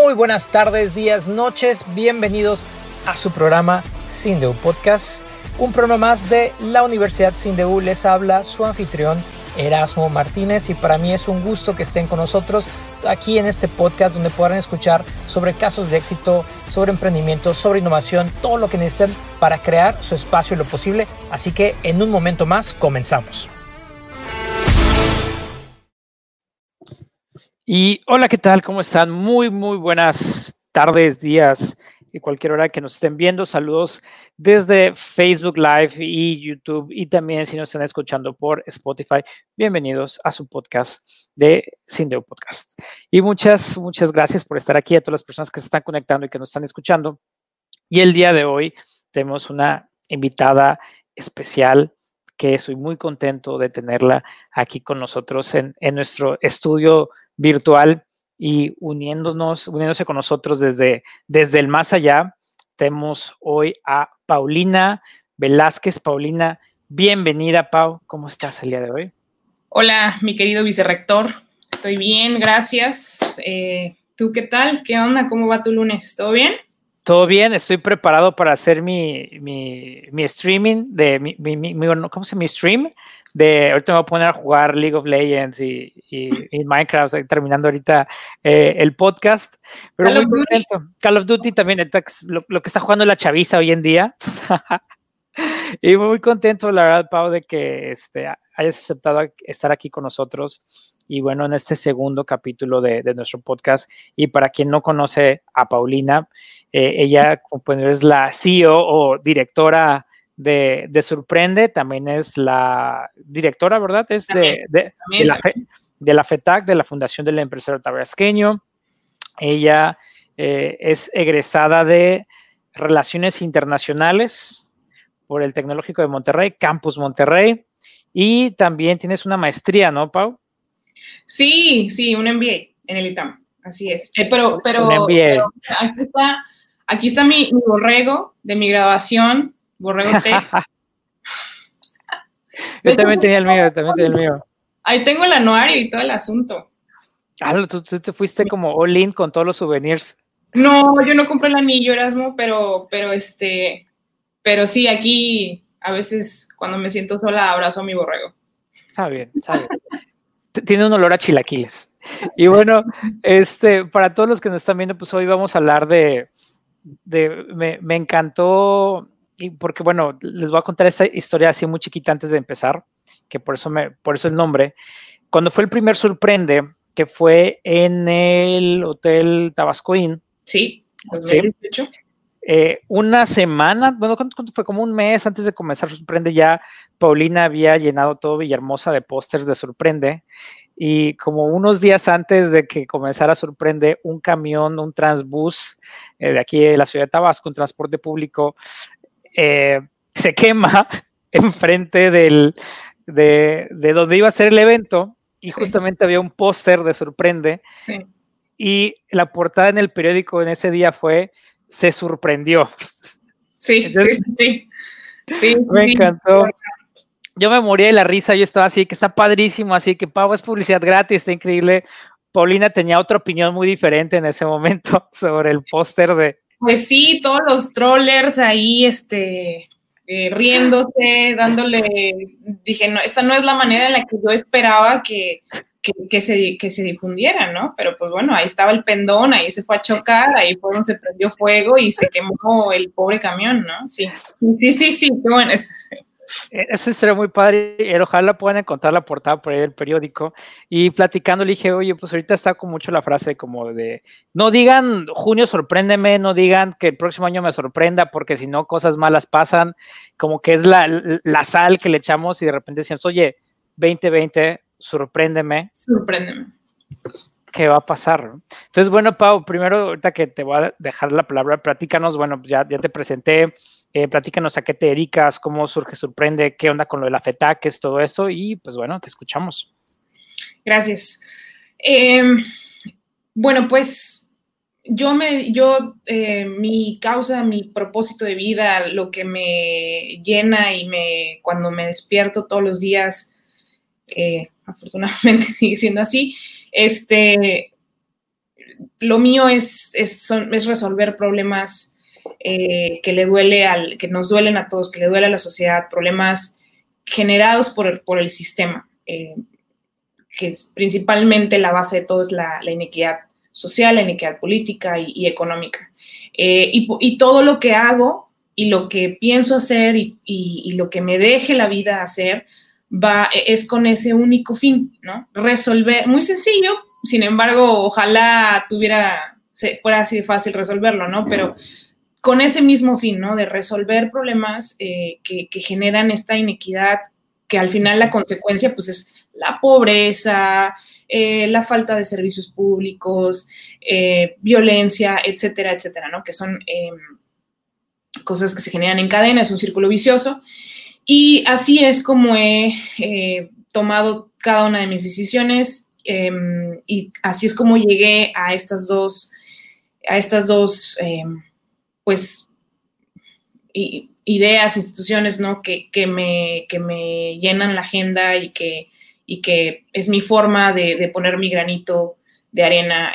Muy buenas tardes, días, noches. Bienvenidos a su programa SINDEU Podcast, un programa más de la Universidad SINDEU. Les habla su anfitrión Erasmo Martínez y para mí es un gusto que estén con nosotros aquí en este podcast donde podrán escuchar sobre casos de éxito, sobre emprendimiento, sobre innovación, todo lo que necesitan para crear su espacio lo posible. Así que en un momento más comenzamos. Y hola, ¿qué tal? ¿Cómo están? Muy buenas tardes, días y cualquier hora que nos estén viendo. Saludos desde Facebook Live y YouTube y también si nos están escuchando por Spotify. Bienvenidos a su podcast de SINDEU Podcast. Y muchas gracias por estar aquí, a todas las personas que se están conectando y que nos están escuchando. Y el día de hoy tenemos una invitada especial que estoy muy contento de tenerla aquí con nosotros en nuestro estudio virtual y uniéndose con nosotros desde el más allá. Tenemos hoy a Paulina Velázquez. Paulina, bienvenida, Pau. ¿Cómo estás el día de hoy? Hola, mi querido vicerrector. Estoy bien, gracias. ¿Tú qué tal? ¿Qué onda? ¿Cómo va tu lunes? ¿Todo bien? Todo bien, estoy preparado para hacer mi streaming de ¿cómo se llama? Mi stream de ahorita me voy a poner a jugar League of Legends y Minecraft, terminando ahorita el podcast, pero muy contento. Call of Duty también, lo que está jugando la chaviza hoy en día. Y muy contento, la verdad, Pau, de que hayas aceptado estar aquí con nosotros. Y bueno, en este segundo capítulo de nuestro podcast. Y para quien no conoce a Paulina, ella pues, es la CEO o directora de Surprende. También es la directora, ¿verdad? Es de la FETAC, de la Fundación del Empresario Tabasqueño. Ella es egresada de Relaciones Internacionales por el Tecnológico de Monterrey, Campus Monterrey, y también tienes una maestría, ¿no, Pau? Sí, un MBA en el ITAM, así es. Pero aquí está mi borrego de mi graduación, borrego T. Yo también tenía el mío, Ahí tengo el anuario y todo el asunto. Tú te fuiste como all in con todos los souvenirs. No, yo no compré el anillo, Erasmo, pero sí, aquí a veces cuando me siento sola abrazo a mi borrego. Está bien. Tiene un olor a chilaquiles. Y bueno, para todos los que nos están viendo, pues hoy vamos a hablar me encantó, y porque bueno, les voy a contar esta historia así muy chiquita antes de empezar, que por eso el nombre. Cuando fue el primer Surprende, que fue en el Hotel Tabasco Inn. Sí, 2018. ¿Sí? Una semana, bueno, ¿cuánto fue? Como un mes antes de comenzar Surprende, ya Paulina había llenado todo Villahermosa de pósters de Surprende, y como unos días antes de que comenzara Surprende, un camión, un transbús de aquí de la ciudad de Tabasco, un transporte público, se quema enfrente de donde iba a ser el evento, y justamente había un póster de Surprende, y la portada en el periódico en ese día fue "Se sorprendió". Sí. Entonces, me encantó. Yo me moría de la risa, yo estaba así, que está padrísimo, así que Pau, es publicidad gratis, está increíble. Paulina tenía otra opinión muy diferente en ese momento sobre el póster de... Pues sí, todos los trollers ahí, riéndose, dándole, dije, no, esta no es la manera en la que yo esperaba que se difundiera, ¿no? Pero pues bueno, ahí estaba el pendón, ahí se fue a chocar, ahí fue donde se prendió fuego y se quemó el pobre camión, ¿no? Sí, qué bueno. Eso sería muy padre, ojalá puedan encontrar la portada por ahí del periódico. Y platicando le dije, oye, pues ahorita está con mucho la frase como de, no digan junio sorpréndeme, no digan que el próximo año me sorprenda, porque si no cosas malas pasan, como que es la sal que le echamos y de repente decimos, oye, 2020, sorpréndeme. ¿Qué va a pasar? Entonces, bueno, Pau, primero, ahorita que te voy a dejar la palabra, platícanos, bueno, ya te presenté, platícanos a qué te dedicas, cómo surge Surprende, qué onda con lo de la FETAC, qué es todo eso, y pues bueno, te escuchamos. Gracias. Bueno, pues mi causa, mi propósito de vida, lo que me llena y cuando me despierto todos los días, afortunadamente sigue siendo así, lo mío es resolver problemas que nos duelen a todos, que le duele a la sociedad, problemas generados por el sistema, que es principalmente la base de todo es la inequidad social, la inequidad política y económica. Y todo lo que hago y lo que pienso hacer y lo que me deje la vida hacer es con ese único fin, ¿no? Resolver, muy sencillo, sin embargo, ojalá fuera así de fácil resolverlo, ¿no? Pero con ese mismo fin, ¿no? De resolver problemas que generan esta inequidad, que al final la consecuencia, pues, es la pobreza, la falta de servicios públicos, violencia, etcétera, etcétera, ¿no? Que son cosas que se generan en cadena, es un círculo vicioso. Y así es como he tomado cada una de mis decisiones y así es como llegué a estas dos pues, ideas, instituciones, ¿no? que me llenan la agenda y que es mi forma de poner mi granito de arena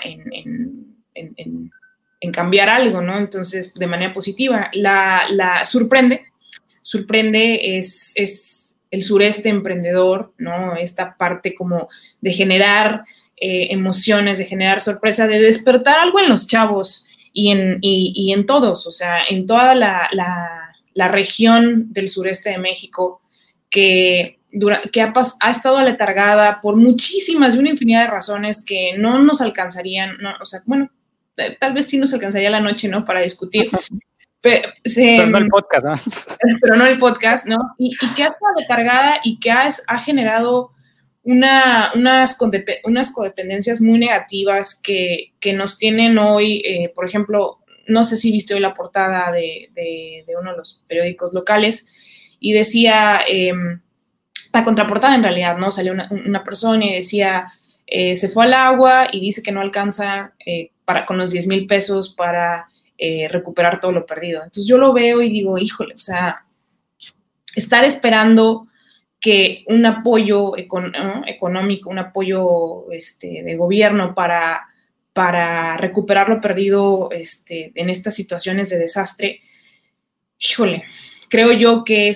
en cambiar algo, ¿no? Entonces, de manera positiva. La sorprende es el sureste emprendedor, ¿no? Esta parte como de generar emociones, de generar sorpresa, de despertar algo en los chavos y en todos, o sea, en toda la región del sureste de México que ha estado aletargada por muchísimas, de una infinidad de razones que no nos alcanzarían, no, o sea, bueno, tal vez sí nos alcanzaría la noche, ¿no? Para discutir. Pero no el podcast, ¿no? Pero no el podcast, ¿no? Y que ha estado aletargada y que ha generado unas codependencias muy negativas que nos tienen hoy, por ejemplo, no sé si viste hoy la portada de uno de los periódicos locales y decía, la contraportada en realidad, ¿no? Salió una persona y decía, se fue al agua y dice que no alcanza con los 10,000 pesos para recuperar todo lo perdido. Entonces yo lo veo y digo, híjole, o sea, estar esperando que un apoyo económico, un apoyo de gobierno para recuperar lo perdido en estas situaciones de desastre, híjole, creo yo que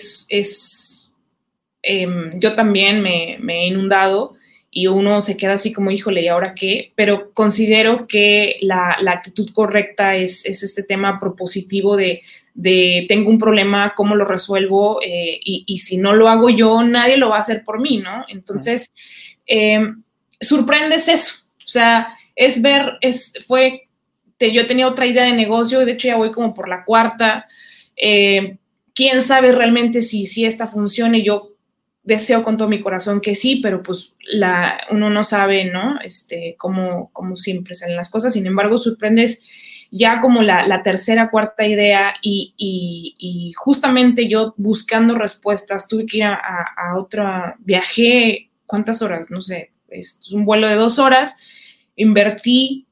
yo también me he inundado y uno se queda así como, híjole, ¿y ahora qué? Pero considero que la actitud correcta es este tema propositivo de tengo un problema, ¿cómo lo resuelvo? Y si no lo hago yo, nadie lo va a hacer por mí, ¿no? Entonces, sorprendes eso. O sea, yo tenía otra idea de negocio, de hecho ya voy como por la cuarta. ¿Quién sabe realmente si esta funcione? Yo deseo con todo mi corazón que sí, pero pues uno no sabe, ¿no? Cómo siempre salen las cosas. Sin embargo, sorprendes ya como la tercera, cuarta idea y justamente yo buscando respuestas, tuve que ir a otra, viajé, ¿cuántas horas? No sé, es un vuelo de 2 horas, invertí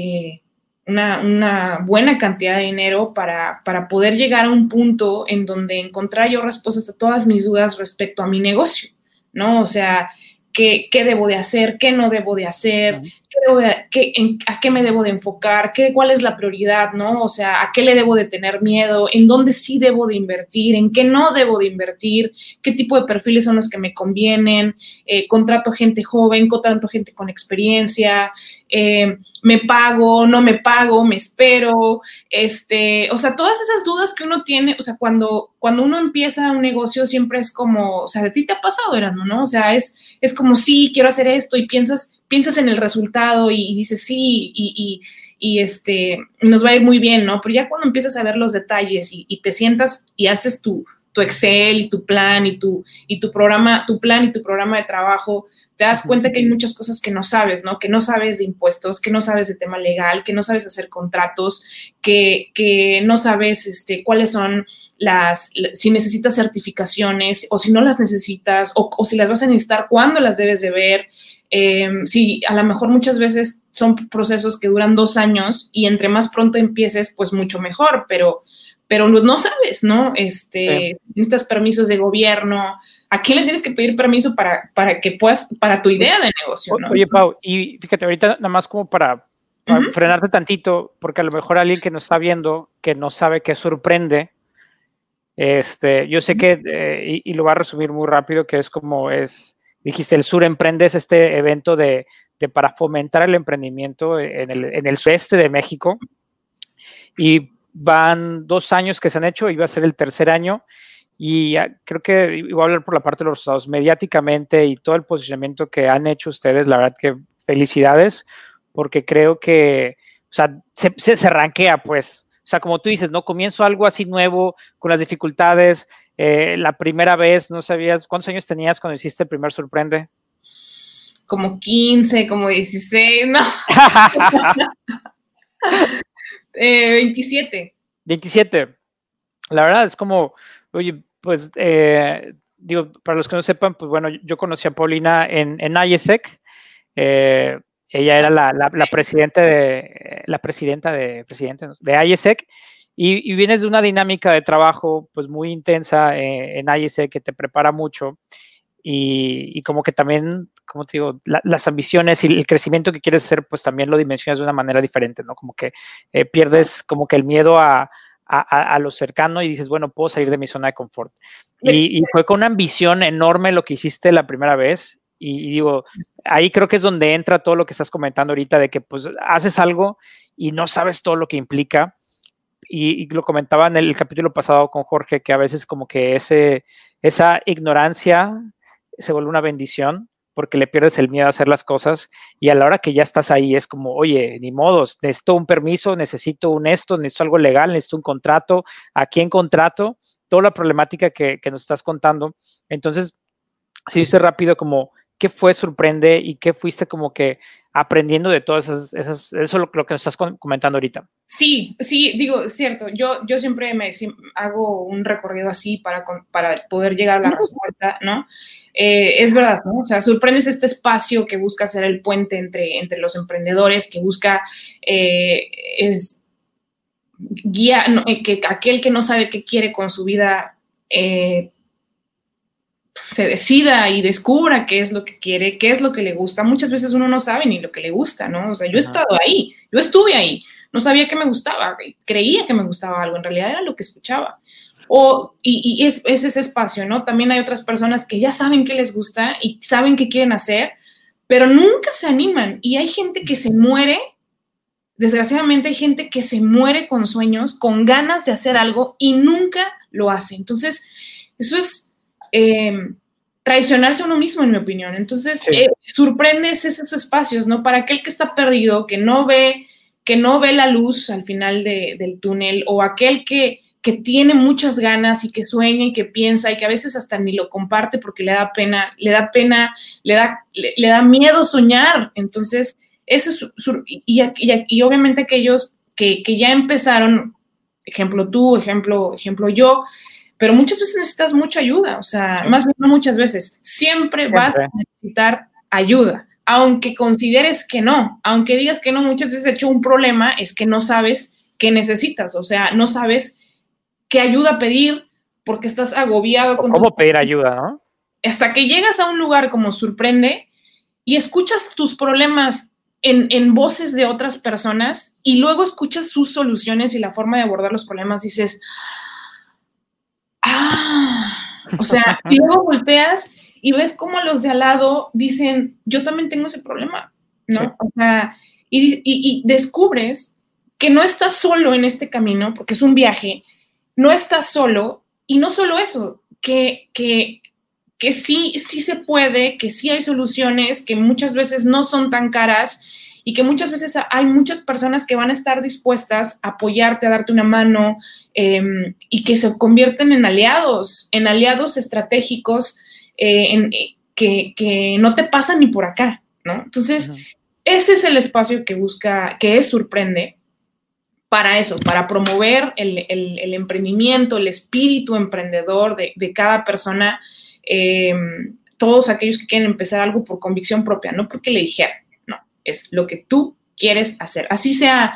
una buena cantidad de dinero para poder llegar a un punto en donde encontrar yo respuestas a todas mis dudas respecto a mi negocio, ¿no? O sea, ¿qué debo de hacer? ¿Qué no debo de hacer? ¿A qué me debo de enfocar? ¿Cuál es la prioridad, no? O sea, ¿a qué le debo de tener miedo? ¿En dónde sí debo de invertir? ¿En qué no debo de invertir? ¿Qué tipo de perfiles son los que me convienen? ¿Contrato gente joven? ¿Contrato gente con experiencia? ¿Me pago? ¿No me pago? ¿Me espero? O sea, todas esas dudas que uno tiene, o sea, cuando uno empieza un negocio siempre es como, o sea, de ti te ha pasado, Erasmo, ¿no? O sea, es como, sí, quiero hacer esto y piensas en el resultado y dices, sí, y nos va a ir muy bien, ¿no? Pero ya cuando empiezas a ver los detalles y te sientas y haces tu Excel y tu plan y tu programa, tu plan y tu programa de trabajo, te das cuenta que hay muchas cosas que no sabes, ¿no? Que no sabes de impuestos, que no sabes de tema legal, que no sabes hacer contratos, que no sabes cuáles son si necesitas certificaciones o si no las necesitas o si las vas a necesitar, cuándo las debes de ver. Si a lo mejor muchas veces son procesos que duran 2 años y entre más pronto empieces, pues mucho mejor, pero no sabes, ¿no? Necesitas permisos de gobierno. ¿A quién le tienes que pedir permiso para que puedas, para tu idea de negocio, ¿no? Oye, Pau, y fíjate, ahorita nada más como para frenarte tantito, porque a lo mejor alguien que nos está viendo, que no sabe qué sorprende, yo sé que, y lo voy a resumir muy rápido, que es como dijiste, el Sur Emprende es este evento para fomentar el emprendimiento en el sureste de México, y van 2 años que se han hecho, y va a ser el tercer año, y creo que voy a hablar por la parte de los resultados, mediáticamente y todo el posicionamiento que han hecho ustedes, la verdad que felicidades, porque creo que, o sea, se rankea, pues. O sea, como tú dices, ¿no? Comienzo algo así nuevo, con las dificultades. La primera vez, no sabías, ¿cuántos años tenías cuando hiciste el primer Sorprende? Como 15, como 16, no. 27. 27. La verdad es como, oye, pues, digo, para los que no sepan, pues bueno, yo conocí a Paulina en IESEC. Ella era la presidenta de IESEC, y vienes de una dinámica de trabajo pues muy intensa en IESEC, que te prepara mucho, y como que también, como te digo, las ambiciones y el crecimiento que quieres hacer, pues también lo dimensionas de una manera diferente, ¿no? Como que pierdes como que el miedo a lo cercano, y dices, bueno, puedo salir de mi zona de confort. Y fue con una ambición enorme lo que hiciste la primera vez. Y digo, ahí creo que es donde entra todo lo que estás comentando ahorita, de que pues haces algo y no sabes todo lo que implica. Y lo comentaba en el capítulo pasado con Jorge, que a veces como que esa ignorancia se vuelve una bendición, porque le pierdes el miedo a hacer las cosas, y a la hora que ya estás ahí es como, oye, ni modos, necesito un permiso, necesito necesito algo legal, necesito un contrato, ¿a quién contrato? Toda la problemática que nos estás contando. Entonces, si dice rápido como, ¿qué fue Sorprende y qué fuiste como que aprendiendo de todas eso es lo que nos estás comentando ahorita? Sí, digo, es cierto, yo siempre hago un recorrido así para poder llegar a la respuesta, ¿no? Es verdad, ¿no? O sea, Sorprende es este espacio que busca ser el puente entre los emprendedores, que busca guía, que aquel que no sabe qué quiere con su vida se decida y descubra qué es lo que quiere, qué es lo que le gusta. Muchas veces uno no sabe ni lo que le gusta, ¿no? O sea, yo he estado ahí, yo estuve ahí, no sabía que me gustaba, creía que me gustaba algo, en realidad era lo que escuchaba. Y es ese espacio, ¿no? También hay otras personas que ya saben qué les gusta y saben qué quieren hacer, pero nunca se animan. Y hay gente que se muere, desgraciadamente hay gente que se muere con sueños, con ganas de hacer algo y nunca lo hace. Entonces, eso es traicionarse a uno mismo, en mi opinión. Entonces, sí. Sorprende esos espacios, ¿no? Para aquel que está perdido, que no ve la luz al final del túnel, o aquel que tiene muchas ganas y que sueña y que piensa y que a veces hasta ni lo comparte porque le da pena, le da miedo soñar. Entonces, eso es, y obviamente aquellos que ya empezaron, ejemplo tú, ejemplo yo, pero muchas veces necesitas mucha ayuda, o sea, sí. Más bien no muchas veces, siempre vas a necesitar ayuda, aunque consideres que no, aunque digas que no, muchas veces de hecho un problema es que no sabes qué necesitas, o sea, no sabes qué ayuda pedir porque estás agobiado. ¿Cómo pedir ayuda, no? Hasta que llegas a un lugar como Sorprende y escuchas tus problemas en voces de otras personas y luego escuchas sus soluciones y la forma de abordar los problemas, dices... o sea, y luego volteas y ves cómo los de al lado dicen, yo también tengo ese problema, ¿no? Sí. O sea, y descubres que no estás solo en este camino, porque es un viaje, no estás solo, y no solo eso, que sí se puede, que sí hay soluciones, que muchas veces no son tan caras, y que muchas veces hay muchas personas que van a estar dispuestas a apoyarte, a darte una mano, y que se convierten en aliados estratégicos, que no te pasan ni por acá, ¿no? Entonces, ese es el espacio que es Sorprende, para eso, para promover el emprendimiento, el espíritu emprendedor de cada persona, todos aquellos que quieren empezar algo por convicción propia, no porque le dijeran. Es lo que tú quieres hacer. Así sea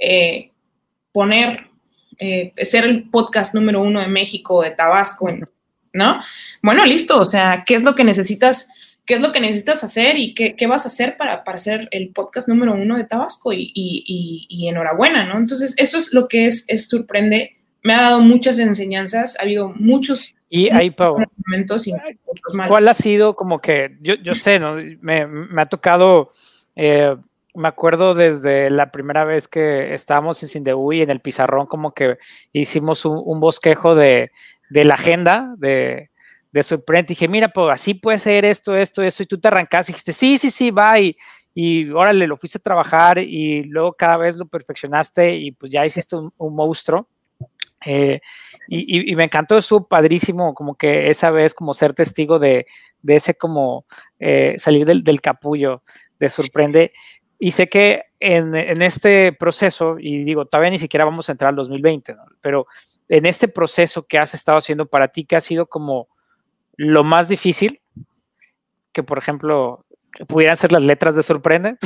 ser el podcast número 1 de México, de Tabasco, ¿no? Bueno, listo. O sea, ¿qué es lo que necesitas qué es lo que necesitas hacer y qué vas a hacer para ser el podcast número 1 de Tabasco y enhorabuena, ¿no? Entonces, eso es lo que es Sorprende. Me ha dado muchas enseñanzas, ha habido muchos momentos y otros malos. ¿Cuál ha sido como que, yo sé, ¿no? Me ha tocado, me acuerdo desde la primera vez que estábamos en Sindeú y en el pizarrón como que hicimos un bosquejo de la agenda de Sorprende. Dije, mira, pues así puede ser esto, y tú te arrancaste y dijiste, sí, va, y órale, lo fuiste a trabajar y luego cada vez lo perfeccionaste y pues ya hiciste un monstruo. Y me encantó, estuvo padrísimo como que esa vez como ser testigo de ese como salir del capullo de Sorprende. Y sé que en este proceso, y digo, todavía ni siquiera vamos a entrar al 2020, ¿no? Pero en este proceso que has estado haciendo para ti, ¿qué ha sido como lo más difícil? Que, por ejemplo, pudieran ser las letras de Sorprende.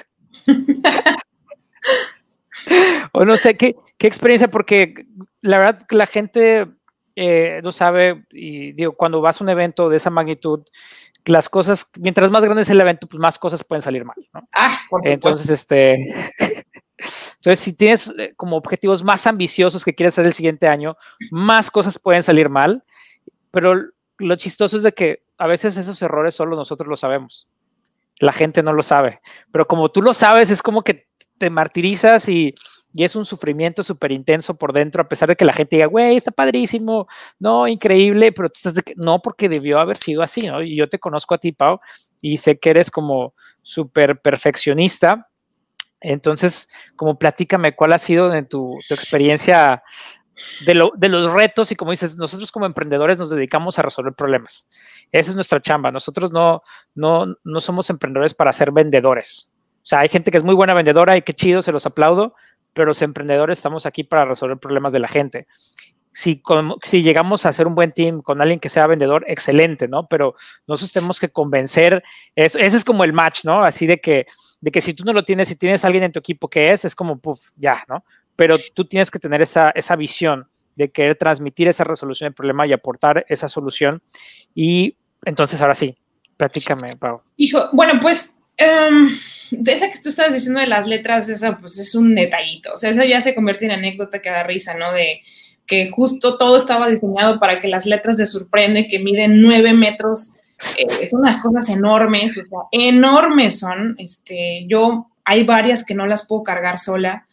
O no sé, ¿qué experiencia? Porque la verdad que la gente no sabe, y digo, cuando vas a un evento de esa magnitud, las cosas, mientras más grande es el evento, pues más cosas pueden salir mal, ¿no? Entonces, entonces, si tienes como objetivos más ambiciosos que quieres hacer el siguiente año, más cosas pueden salir mal, pero lo chistoso es de que a veces esos errores solo nosotros lo sabemos. La gente no lo sabe, pero como tú lo sabes, es como que te martirizas y es un sufrimiento súper intenso por dentro, a pesar de que la gente diga, güey, está padrísimo, no, increíble, pero tú estás de que, no, porque debió haber sido así, ¿no? Y yo te conozco a ti, Pau, y sé que eres como súper perfeccionista. Entonces, como platícame, ¿cuál ha sido en tu experiencia de los retos? Y como dices, nosotros como emprendedores nos dedicamos a resolver problemas. Esa es nuestra chamba. Nosotros no somos emprendedores para ser vendedores. O sea, hay gente que es muy buena vendedora y qué chido, se los aplaudo, pero los emprendedores estamos aquí para resolver problemas de la gente. Si llegamos a hacer un buen team con alguien que sea vendedor, excelente, ¿no? Pero nosotros tenemos que convencer, ese es como el match, ¿no? Así de que si tú no lo tienes, si tienes a alguien en tu equipo que es como, puff, ya, ¿no? Pero tú tienes que tener esa visión de querer transmitir esa resolución del problema y aportar esa solución. Y entonces, ahora sí, platícame, Pau. Hijo, bueno, pues, de esa que tú estabas diciendo de las letras, esa pues es un detallito, o sea, esa ya se convierte en anécdota que da risa, ¿no? De que justo todo estaba diseñado para que las letras de Sorprende, que miden 9 metros, son unas cosas enormes, o sea, enormes son, hay varias que no las puedo cargar sola.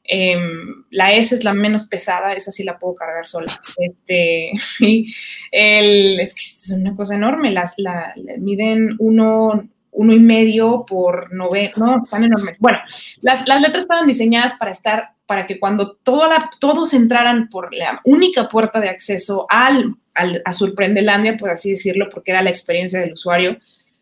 La S es la menos pesada, esa sí la puedo cargar sola. Sí, es que es una cosa enorme, miden 1.5 por 9, no, están enormes. Bueno, las letras estaban diseñadas para que cuando todos entraran por la única puerta de acceso a Sorprendelandia, por así decirlo, porque era la experiencia del usuario,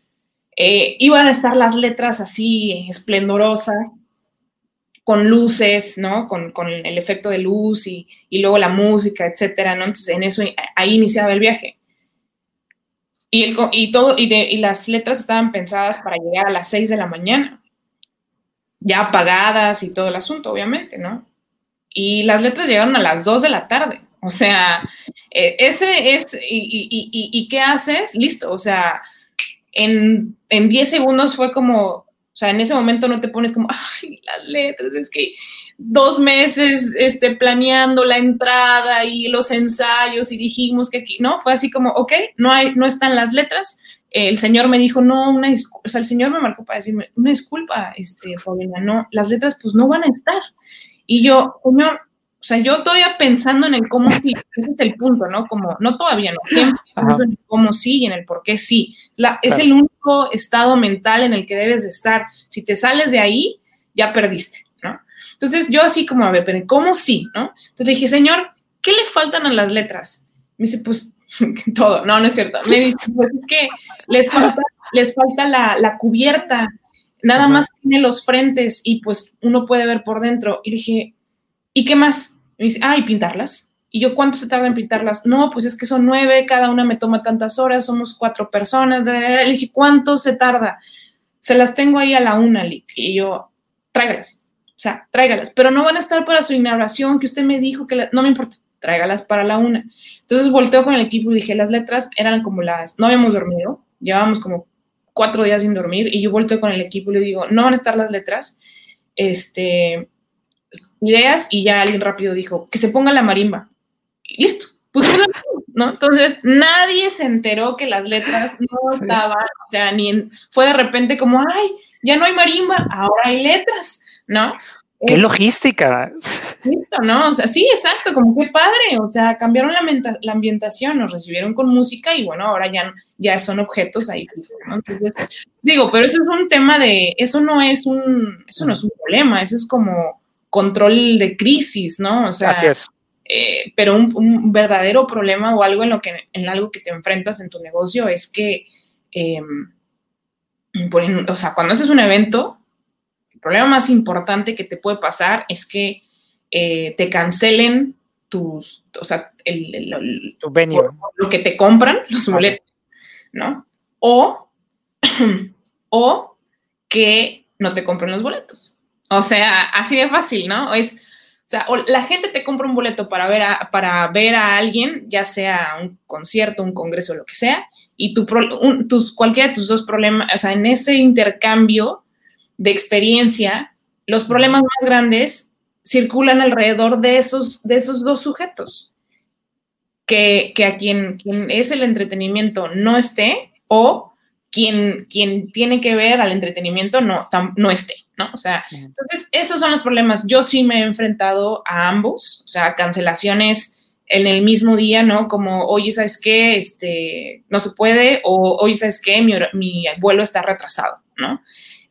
iban a estar las letras así esplendorosas, con luces, ¿no? Con el efecto de luz y luego la música, etcétera, ¿no? Entonces, ahí iniciaba el viaje. Y las letras estaban pensadas para llegar a las 6 de la mañana, ya apagadas y todo el asunto, obviamente, ¿no? Y las letras llegaron a las 2 de la tarde. O sea, ¿y qué haces? Listo, o sea, en 10 segundos fue como, o sea, en ese momento no te pones como, ay, las letras, es que 2 meses planeando la entrada y los ensayos y dijimos que aquí, no, fue así como, ok, no están las letras. El señor me dijo, no, o sea, el señor me marcó para decirme, una disculpa, Paulina, no, las letras pues no van a estar. Y yo, señor, o sea, yo todavía pensando en el cómo sí, ese es el punto, ¿no? Como, no todavía, no, siempre pienso en el cómo sí y en el por qué sí. Es el único estado mental en el que debes de estar. Si te sales de ahí, ya perdiste, ¿no? Entonces, yo así como, a ver, pero ¿cómo sí, no? Entonces le dije, señor, ¿qué le faltan a las letras? Me dice, pues, todo. No, no es cierto. Me dice, pues es que les falta la cubierta. Nada más tiene los frentes y pues uno puede ver por dentro. Y dije, ¿y qué más? Y me dice, ¿y pintarlas? Y yo, ¿cuánto se tarda en pintarlas? No, pues es que son 9, cada una me toma tantas horas, somos 4 personas. Le dije, ¿cuánto se tarda? Se las tengo ahí a la 1, Lick. Y yo, tráigalas. O sea, tráigalas. Pero no van a estar para su inauguración, que usted me dijo que no me importa, tráigalas para la 1. Entonces volteo con el equipo y dije, las letras eran como no habíamos dormido, llevábamos como 4 días sin dormir, y yo volteo con el equipo y le digo, no van a estar las letras, ideas, y ya alguien rápido dijo, que se ponga la marimba. Y listo, pusimos la marimba, ¿no? Entonces, nadie se enteró que las letras no estaban, o sea, fue de repente como, ay, ya no hay marimba, ahora hay letras, ¿no? ¡Qué logística! Listo, ¿no? O sea, sí, exacto, como qué padre, o sea, cambiaron la ambientación, nos recibieron con música y bueno, ahora ya son objetos ahí fijos, ¿no? Entonces, digo, pero eso es un tema eso no es un problema, eso es como control de crisis, ¿no? O sea, así es. Pero un verdadero problema o algo en algo que te enfrentas en tu negocio es que, o sea, cuando haces un evento, el problema más importante que te puede pasar es que te cancelen tu venue. Lo que te compran, los boletos, ¿no? O que no te compren los boletos. O sea, así de fácil, ¿no? O sea, la gente te compra un boleto para ver a alguien, ya sea un concierto, un congreso, lo que sea, y cualquiera de tus dos problemas, o sea, en ese intercambio de experiencia, los problemas más grandes circulan alrededor de esos dos sujetos. Que a quien es el entretenimiento no esté, o quien tiene que ver al entretenimiento no esté, ¿no? O sea, entonces esos son los problemas. Yo sí me he enfrentado a ambos, o sea, cancelaciones en el mismo día, ¿no? Como, oye, ¿sabes qué? No se puede, o oye, ¿sabes qué? Mi vuelo está retrasado, ¿no?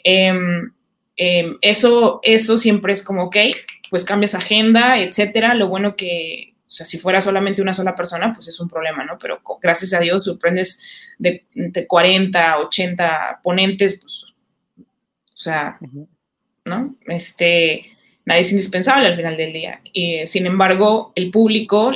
Eso siempre es como, ok, pues cambias agenda, etcétera. Lo bueno que, o sea, si fuera solamente una sola persona, pues es un problema, ¿no? Pero gracias a Dios sorprendes de 40, 80 ponentes, pues, o sea, ¿no? Nadie es indispensable al final del día. Sin embargo, el público,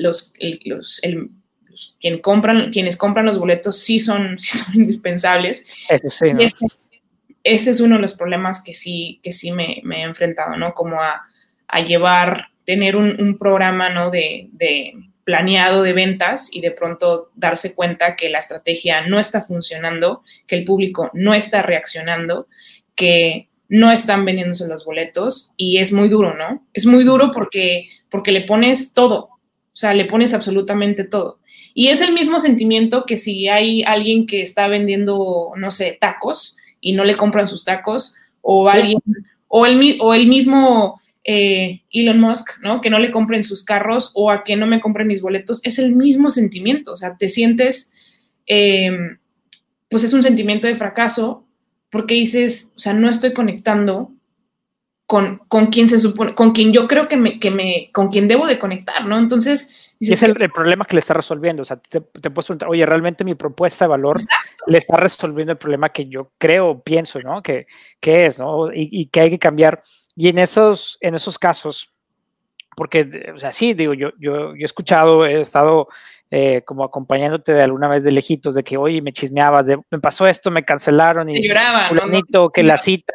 quienes compran los boletos sí son indispensables. Eso sí, ¿no? Ese es uno de los problemas que sí me he enfrentado, ¿no? Como a tener un programa, ¿no? de planeado de ventas y de pronto darse cuenta que la estrategia no está funcionando, que el público no está reaccionando, que no están vendiéndose los boletos, y es muy duro, ¿no? Es muy duro porque le pones todo, o sea, le pones absolutamente todo. Y es el mismo sentimiento que si hay alguien que está vendiendo, no sé, tacos y no le compran sus tacos, o alguien, o el mismo Elon Musk, ¿no? Que no le compren sus carros, o a que no me compren mis boletos, es el mismo sentimiento, o sea, te sientes, pues es un sentimiento de fracaso, porque dices, o sea, no estoy conectando con quien se supone, con quien yo creo con quien debo de conectar, ¿no? Entonces, dices, es el problema que le está resolviendo. O sea, te puedes preguntar, oye, realmente mi propuesta de valor le está resolviendo el problema que yo creo, pienso, ¿no? Que es, ¿no? Y que hay que cambiar. Y en esos casos, porque, o sea, sí, digo, yo he escuchado, he estado como acompañándote de alguna vez de lejitos, de que, oye, me chismeabas, me pasó esto, me cancelaron, y lloraba, ¿no? Que la cita,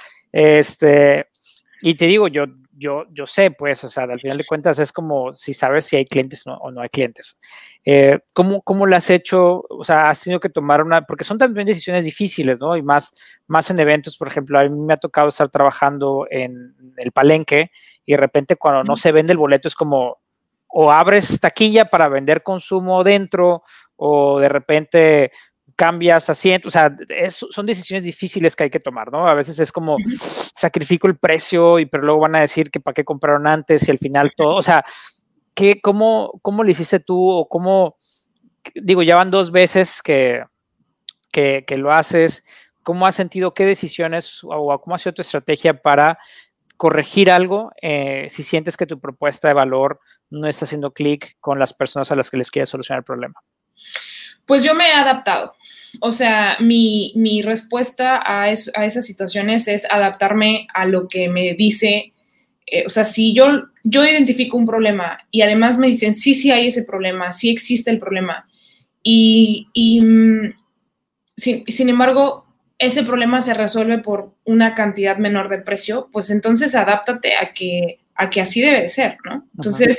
y te digo, yo sé, pues, o sea, al final de cuentas es como si sabes si hay clientes o no hay clientes. ¿Cómo lo has hecho? O sea, has tenido que tomar porque son también decisiones difíciles, ¿no? Y más en eventos, por ejemplo, a mí me ha tocado estar trabajando en el Palenque, y de repente cuando no se vende el boleto es como, o abres taquilla para vender consumo dentro, o de repente cambias asiento, o sea, son decisiones difíciles que hay que tomar, ¿no? A veces es como, sacrifico el precio, pero luego van a decir que para qué compraron antes, y al final todo, o sea, ¿cómo lo hiciste tú? O cómo, digo, ya van 2 veces que lo haces. ¿Cómo has sentido, qué decisiones, o cómo ha sido tu estrategia para corregir algo si sientes que tu propuesta de valor no está haciendo clic con las personas a las que les quieres solucionar el problema? Pues yo me he adaptado. O sea, mi respuesta a esas situaciones es adaptarme a lo que me dice. O sea, si yo identifico un problema y además me dicen, sí hay ese problema, sí existe el problema, y sin embargo, ese problema se resuelve por una cantidad menor de precio, pues entonces adáptate a que así debe de ser, ¿no? Entonces,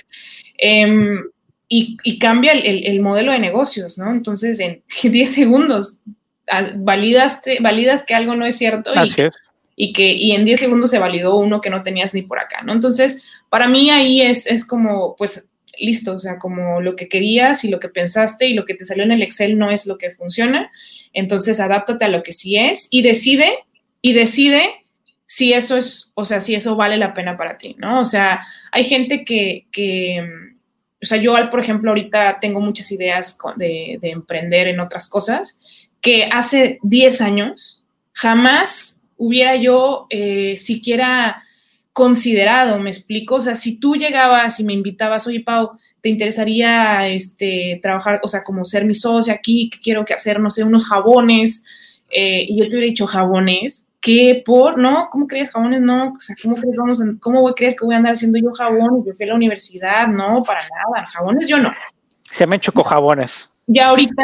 y cambia el modelo de negocios, ¿no? Entonces, en 10 segundos validas que algo no es cierto y en 10 segundos se validó uno que no tenías ni por acá, ¿no? Entonces, para mí ahí es como, pues, listo, o sea, como lo que querías y lo que pensaste y lo que te salió en el Excel no es lo que funciona, entonces adáptate a lo que sí es y decide si eso es, o sea, si eso vale la pena para ti, ¿no? O sea, hay gente que o sea, yo, por ejemplo, ahorita tengo muchas ideas de emprender en otras cosas que hace 10 años jamás hubiera yo siquiera considerado, ¿me explico? O sea, si tú llegabas y me invitabas, oye, Pau, ¿te interesaría trabajar, o sea, como ser mi socia aquí, que quiero hacer, no sé, unos jabones? Y yo te hubiera dicho, ¿jabones? ¿Qué? ¿No? ¿Cómo crees jabones? No, o sea, ¿cómo crees que voy a andar haciendo yo jabón? Yo fui a la universidad, no, para nada, jabones yo no. Se llaman chocojabones. Y ahorita,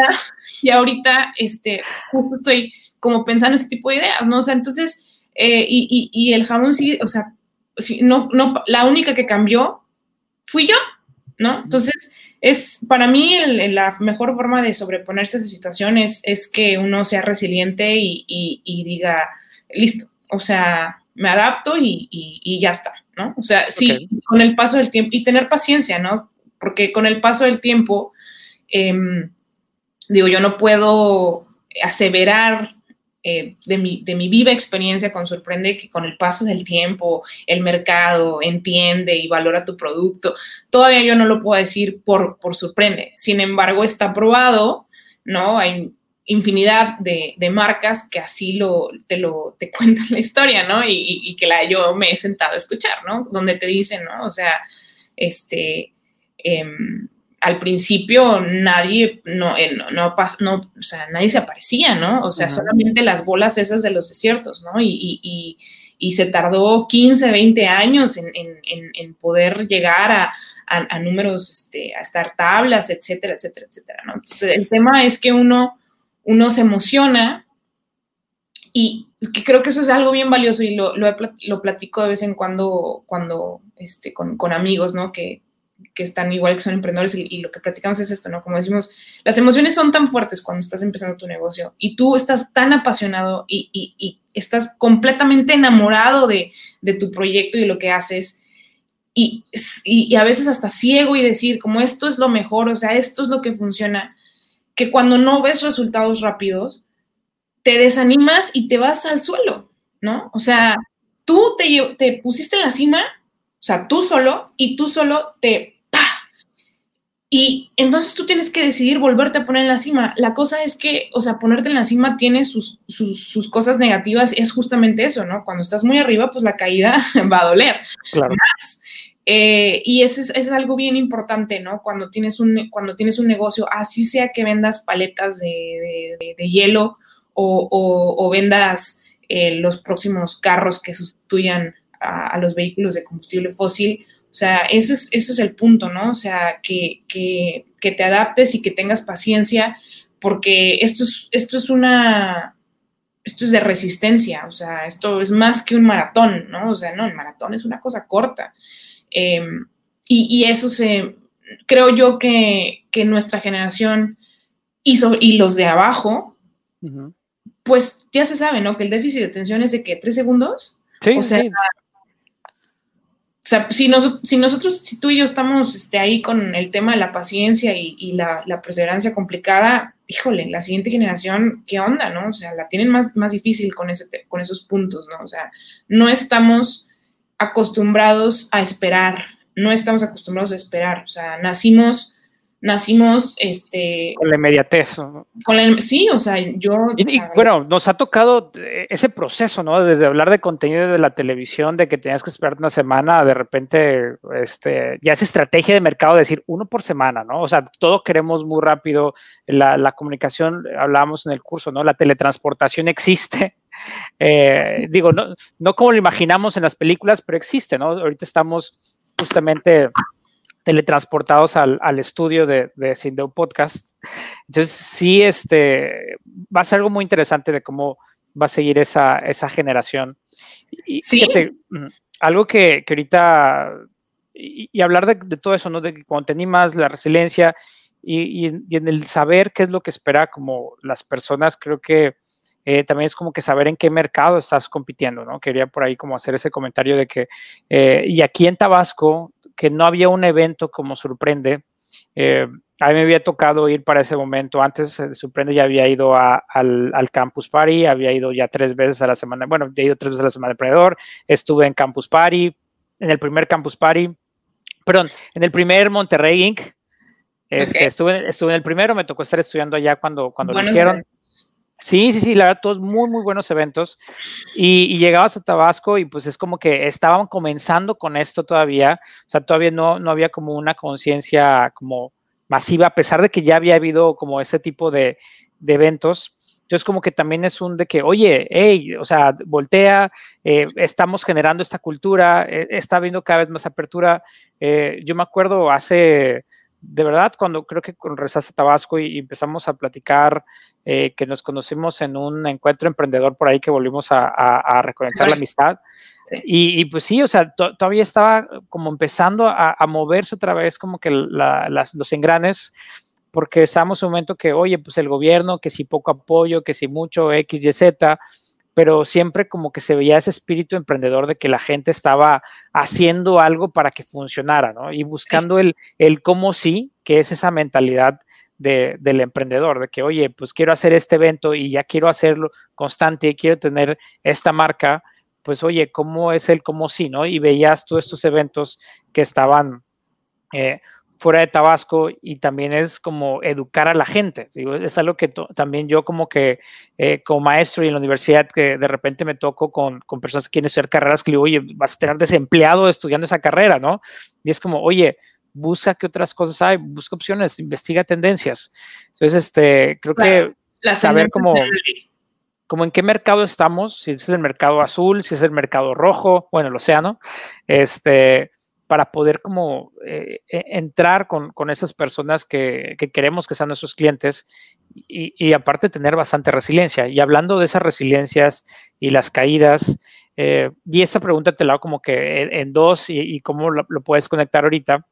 justo estoy como pensando ese tipo de ideas, ¿no? O sea, entonces, y el jabón sí, o sea, sí, no, la única que cambió fui yo, ¿no? Entonces, para mí la mejor forma de sobreponerse a esa situación es que uno sea resiliente y diga, listo, o sea, me adapto y ya está, ¿no? O sea, sí, con el paso del tiempo, y tener paciencia, ¿no? Porque con el paso del tiempo, digo, yo no puedo aseverar de mi viva experiencia con Sorprende que con el paso del tiempo el mercado entiende y valora tu producto. Todavía yo no lo puedo decir por Sorprende. Sin embargo, está probado, ¿no? Hay infinidad de marcas que así te cuentan la historia, ¿no? Y que yo me he sentado a escuchar, ¿no? Donde te dicen, ¿no? O sea, al principio nadie, o sea, nadie se aparecía, ¿no? O sea, solamente las bolas esas de los desiertos, ¿no? Y se tardó 15, 20 años en poder llegar a números, a estar tablas, etcétera, etcétera, etcétera, ¿no? Entonces, el tema es que uno se emociona y que creo que eso es algo bien valioso y lo platico de vez en cuando con amigos, ¿no? Que están igual, que son emprendedores y lo que platicamos es esto, ¿no? Como decimos, las emociones son tan fuertes cuando estás empezando tu negocio y tú estás tan apasionado y estás completamente enamorado de tu proyecto y de lo que haces y a veces hasta ciego y decir como esto es lo mejor, o sea, esto es lo que funciona, que cuando no ves resultados rápidos, te desanimas y te vas al suelo, ¿no? O sea, tú te pusiste en la cima, o sea, tú solo y entonces tú tienes que decidir volverte a poner en la cima. La cosa es que, o sea, ponerte en la cima tiene sus cosas negativas, es justamente eso, ¿no? Cuando estás muy arriba, pues la caída va a doler. Claro. Más. Y eso es algo bien importante, ¿no? Cuando tienes un negocio, así sea que vendas paletas de hielo o vendas los próximos carros que sustituyan a los vehículos de combustible fósil. O sea, eso es el punto, ¿no? O sea, que te adaptes y que tengas paciencia, porque esto es de resistencia, o sea, esto es más que un maratón, ¿no? O sea, no, el maratón es una cosa corta. Y eso creo yo que nuestra generación y los de abajo, pues ya se sabe, ¿no? Que el déficit de atención es de ¿qué? 3 segundos. Sí, o sea, sí. O sea, si tú y yo estamos ahí con el tema de la paciencia y la perseverancia complicada, híjole, la siguiente generación, ¿qué onda, no? O sea, la tienen más difícil con esos puntos, ¿no? O sea, no estamos acostumbrados a esperar, o sea, nacimos con la inmediatez, ¿no? Sí, o sea, bueno, nos ha tocado ese proceso, ¿no? Desde hablar de contenido de la televisión, de que tenías que esperar una semana, de repente, ya es estrategia de mercado decir uno por semana, ¿no? O sea, todo queremos muy rápido, la comunicación, hablábamos en el curso, ¿no? La teletransportación existe. Digo, no como lo imaginamos en las películas, pero existe, ¿no? Ahorita estamos justamente teletransportados al estudio de Sindeu Podcast. Entonces, sí, va a ser algo muy interesante de cómo va a seguir esa generación. Y ¿sí? Fíjate, algo que ahorita, y hablar de todo eso, ¿no? De que cuando te animas, la resiliencia, y en el saber qué es lo que espera como las personas, creo que también es como que saber en qué mercado estás compitiendo, ¿no? Quería por ahí como hacer ese comentario de que, y aquí en Tabasco, que no había un evento como Sorprende, a mí me había tocado ir para ese momento. Antes de Sorprende ya había ido al Campus Party, había ido ya 3 veces a la semana, bueno, ya he ido 3 veces a la semana de Emprendedor, estuve en Campus Party, en el primer Campus Party, perdón, en el primer Monterrey Inc. Okay. Estuve en el primero, me tocó estar estudiando allá cuando lo hicieron. Eventos. Sí, la verdad, todos muy, muy buenos eventos. Y llegabas a Tabasco y pues es como que estaban comenzando con esto todavía, o sea, todavía no había como una conciencia como masiva, a pesar de que ya había habido como ese tipo de eventos. Entonces como que también es un de que, oye, hey, o sea, voltea, estamos generando esta cultura, está habiendo cada vez más apertura. Yo me acuerdo de verdad, cuando creo que con regresaste a Tabasco y empezamos a platicar, que nos conocimos en un encuentro emprendedor por ahí que volvimos a reconectar la amistad. Sí. Y pues sí, o sea, todavía estaba como empezando a moverse otra vez como que los engranes, porque estábamos en un momento que, oye, pues el gobierno, que si poco apoyo, que si mucho X, Y, Z, pero siempre como que se veía ese espíritu emprendedor de que la gente estaba haciendo algo para que funcionara, ¿no? Y buscando el cómo sí, que es esa mentalidad del emprendedor, de que, oye, pues quiero hacer este evento y ya quiero hacerlo constante y quiero tener esta marca, pues, oye, ¿cómo es el cómo sí, no? Y veías tú estos eventos que estaban fuera de Tabasco y también es como educar a la gente. Digo, es algo que también yo como que como maestro y en la universidad que de repente me toco con personas que quieren estudiar carreras que le digo, oye, vas a tener desempleado estudiando esa carrera, ¿no? Y es como, oye, busca qué otras cosas hay, busca opciones, investiga tendencias. Entonces, creo que saber como en qué mercado estamos, si es el mercado azul, si es el mercado rojo, bueno, el océano, para poder como entrar con esas personas que queremos que sean nuestros clientes y aparte tener bastante resiliencia. Y hablando de esas resiliencias y las caídas, y esta pregunta te la hago como que en dos y cómo lo puedes conectar ahorita.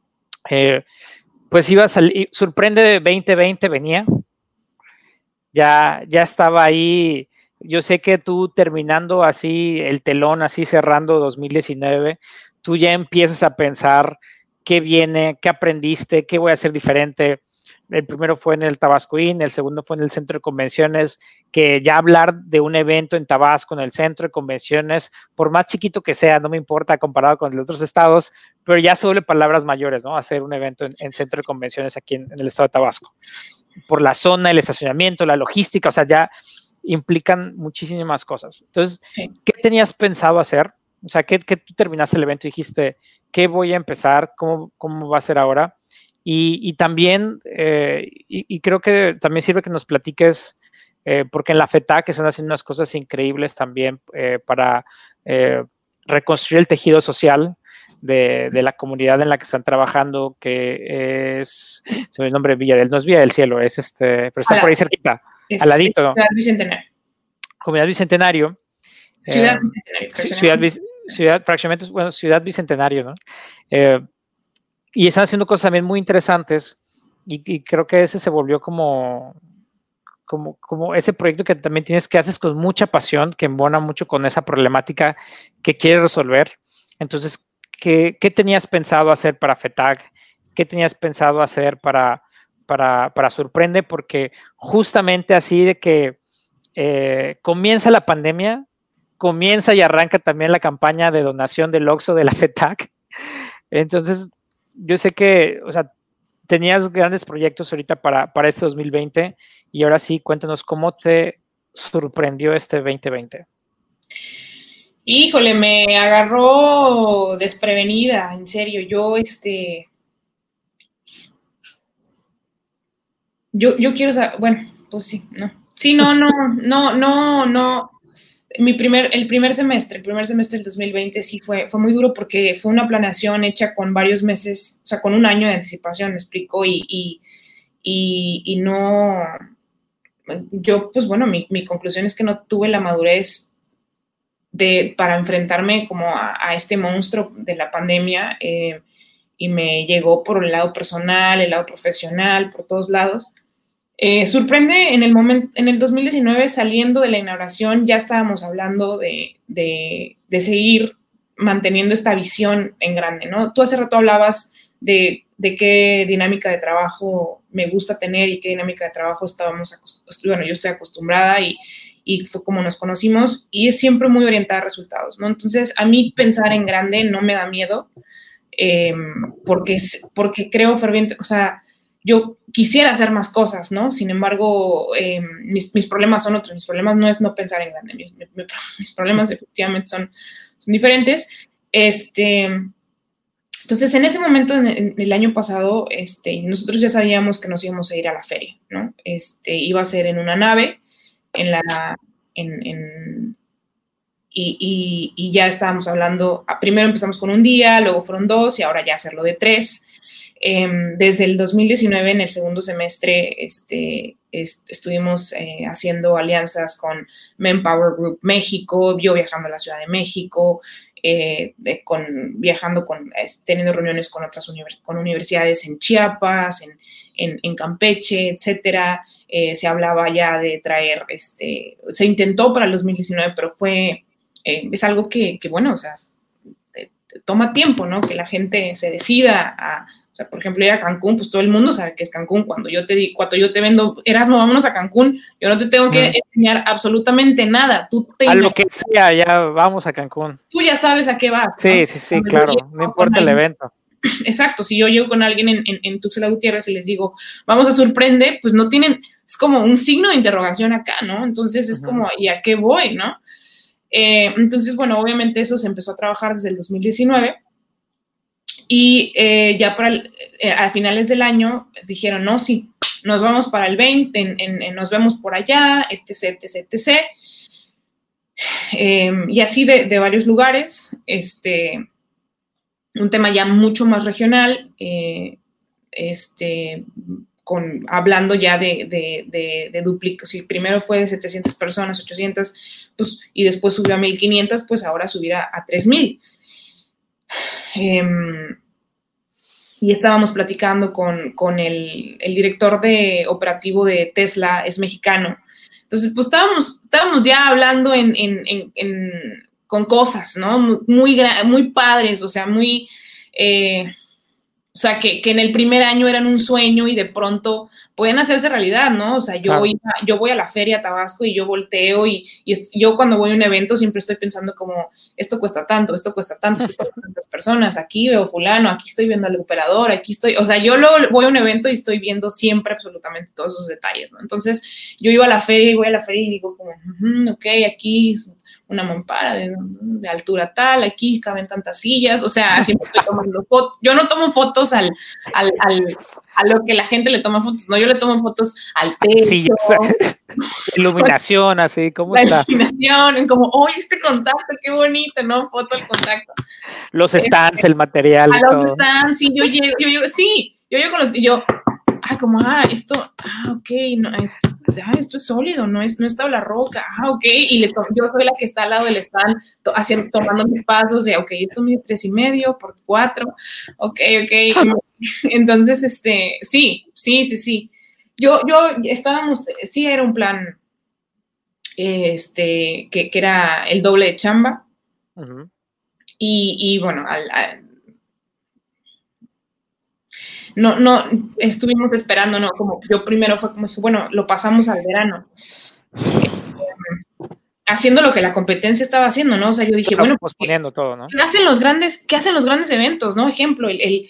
Pues iba a salir, Sorprende 2020 venía, ya estaba ahí. Yo sé que tú terminando así el telón, así cerrando 2019, tú ya empiezas a pensar qué viene, qué aprendiste, qué voy a hacer diferente. El primero fue en el Tabasco IN, el segundo fue en el centro de convenciones, que ya hablar de un evento en Tabasco, en el centro de convenciones, por más chiquito que sea, no me importa comparado con los otros estados, pero ya se vuelve palabras mayores, ¿no? Hacer un evento en centro de convenciones aquí en el estado de Tabasco. Por la zona, el estacionamiento, la logística, o sea, ya implican muchísimas cosas. Entonces, ¿qué tenías pensado hacer? O sea, ¿qué tú terminaste el evento y dijiste, ¿qué voy a empezar? ¿Cómo va a ser ahora? Y también, y creo que también sirve que nos platiques, porque en la FETAC están haciendo unas cosas increíbles también para reconstruir el tejido social de la comunidad en la que están trabajando, que es, se me el nombre, Villa del, no es Villa del Cielo, es pero está por ahí cerquita, al ladito, ¿no? Ciudad Bicentenario. Comunidad Bicentenario. Ciudad Bicentenario. Ciudad Bicentenario, ¿no? Y están haciendo cosas también muy interesantes y creo que ese se volvió como ese proyecto que también haces con mucha pasión, que embona mucho con esa problemática que quieres resolver. Entonces, ¿qué tenías pensado hacer para FETAC? ¿Qué tenías pensado hacer para Sorprende? Porque justamente así de que comienza la pandemia, comienza y arranca también la campaña de donación del Oxxo de la FETAC. Entonces, yo sé que, o sea, tenías grandes proyectos ahorita para este 2020 y ahora sí, cuéntanos cómo te sorprendió este 2020. Híjole, me agarró desprevenida, en serio. Yo quiero saber, bueno, pues sí, no. Sí, no. El primer semestre del 2020 sí fue muy duro porque fue una planeación hecha con varios meses, o sea, con un año de anticipación, me explico, y no, yo, pues bueno, mi conclusión es que no tuve la madurez para enfrentarme como a este monstruo de la pandemia, me llegó por el lado personal, el lado profesional, por todos lados. Sorprende en el 2019, saliendo de la inauguración, ya estábamos hablando de seguir manteniendo esta visión en grande, ¿no? Tú hace rato hablabas de qué dinámica de trabajo me gusta tener y qué dinámica de trabajo yo estoy acostumbrada y fue como nos conocimos, y es siempre muy orientada a resultados, ¿no? Entonces, a mí pensar en grande no me da miedo, porque creo ferviente, o sea, yo quisiera hacer más cosas, ¿no? Sin embargo, mis problemas son otros. Mis problemas no es no pensar en grande. Mis problemas efectivamente son diferentes. Entonces, en ese momento, en el año pasado, nosotros ya sabíamos que nos íbamos a ir a la feria, ¿no? Iba a ser en una nave, y ya estábamos hablando, primero empezamos con un día, luego fueron 2 y ahora ya hacerlo de 3. Desde el 2019, en el segundo semestre, estuvimos haciendo alianzas con Manpower Group México, yo viajando a la Ciudad de México, teniendo reuniones con otras universidades en Chiapas, en Campeche, etcétera. Se hablaba ya de traer, se intentó para el 2019, pero es algo que bueno, o sea, toma tiempo, ¿no? Que la gente se decida o sea, por ejemplo, ir a Cancún, pues todo el mundo sabe que es Cancún. Cuando yo te vendo, Erasmo, vámonos a Cancún, yo no te tengo que enseñar absolutamente nada. A lo que sea, ya vamos a Cancún. Tú ya sabes a qué vas, ¿no? Sí, claro, no importa el evento. Exacto, si yo llego con alguien en Tuxtla Gutiérrez y les digo, vamos a Sorprende, pues no tienen, es como un signo de interrogación acá, ¿no? Entonces es como, ¿y a qué voy, no? Entonces, bueno, obviamente eso se empezó a trabajar desde el 2019 y ya a finales del año dijeron, no, sí, nos vamos para el 20, nos vemos por allá, etc, etc, etc. Y así de varios lugares, un tema ya mucho más regional, hablando ya de duplicación. Si primero fue de 700 personas, 800, pues, y después subió a 1,500, pues ahora subirá a 3,000. Y estábamos platicando con el director de operativo de Tesla, es mexicano. Entonces, pues estábamos ya hablando con cosas, ¿no? Muy padres, o sea, o sea, que en el primer año eran un sueño y de pronto pueden hacerse realidad, ¿no? O sea, yo voy a la feria a Tabasco y yo volteo y yo cuando voy a un evento siempre estoy pensando como, esto cuesta tanto, esto cuesta tantas personas, aquí veo fulano, aquí estoy viendo al operador, o sea, yo luego voy a un evento y estoy viendo siempre absolutamente todos esos detalles, ¿no? Entonces, yo voy a la feria y digo como, ok, aquí una mampara de altura tal, aquí caben tantas sillas, o sea, siempre estoy tomando fotos. Yo no tomo fotos a lo que la gente le toma fotos, no, yo le tomo fotos al techo. Sí, iluminación, así, ¿cómo está? La iluminación, como, este contacto, qué bonito, ¿no? Foto al contacto. Los stands, el material. Los stands, sí, yo llego con ok, no, esto es sólido, no es tabla roca, ok, y yo soy la que está al lado del stand tomando mis pasos de, ok, esto mide 3,5 por 4, ok, entonces, sí, yo estábamos, sí era un plan, que era el doble de chamba, y bueno, no, estuvimos esperando, ¿no? Como yo primero fue como dije, bueno, lo pasamos al verano. Haciendo lo que la competencia estaba haciendo, ¿no? O sea, yo dije, bueno, posponiendo todo, ¿no? ¿qué hacen los grandes eventos, no? Ejemplo,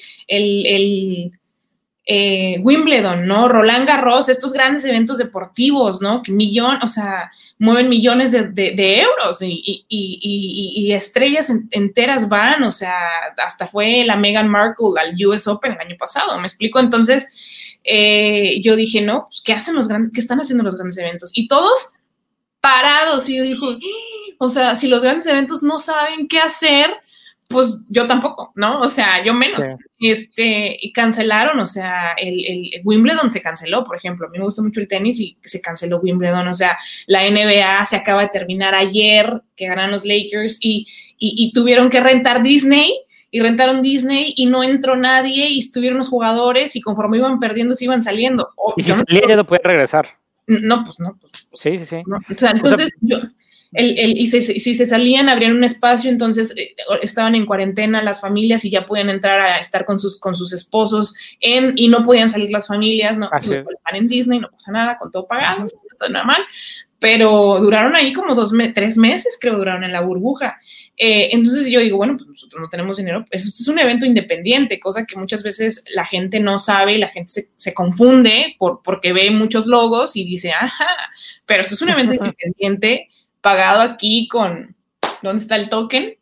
Wimbledon, ¿no? Roland Garros, estos grandes eventos deportivos, ¿no? O sea, mueven millones de euros y estrellas enteras van, o sea, hasta fue la Meghan Markle al US Open el año pasado, ¿me explico? Entonces, yo dije, no, pues, ¿qué están haciendo los grandes eventos? Y todos parados, y yo dije, o sea, si los grandes eventos no saben qué hacer, pues yo tampoco, ¿no? O sea, yo menos. Sí. Y cancelaron, o sea, el Wimbledon se canceló, por ejemplo. A mí me gusta mucho el tenis y se canceló Wimbledon. O sea, la NBA se acaba de terminar ayer, que ganan los Lakers, y tuvieron que rentar Disney y rentaron Disney y no entró nadie y estuvieron los jugadores y conforme iban perdiendo se iban saliendo. Y si salía ya no pueden regresar. No. Sí. No. O sea, entonces si se salían, abrían un espacio, entonces estaban en cuarentena las familias y ya podían entrar a estar con sus esposos y no podían salir las familias, ¿no? Pues, están en Disney, no pasa nada, con todo pagado, todo normal. Pero duraron ahí como 3 meses, creo, duraron en la burbuja. Entonces yo digo, bueno, pues nosotros no tenemos dinero. Esto es un evento independiente, cosa que muchas veces la gente no sabe y la gente se confunde porque ve muchos logos y dice, ajá, pero esto es un evento independiente pagado aquí con, ¿dónde está el token?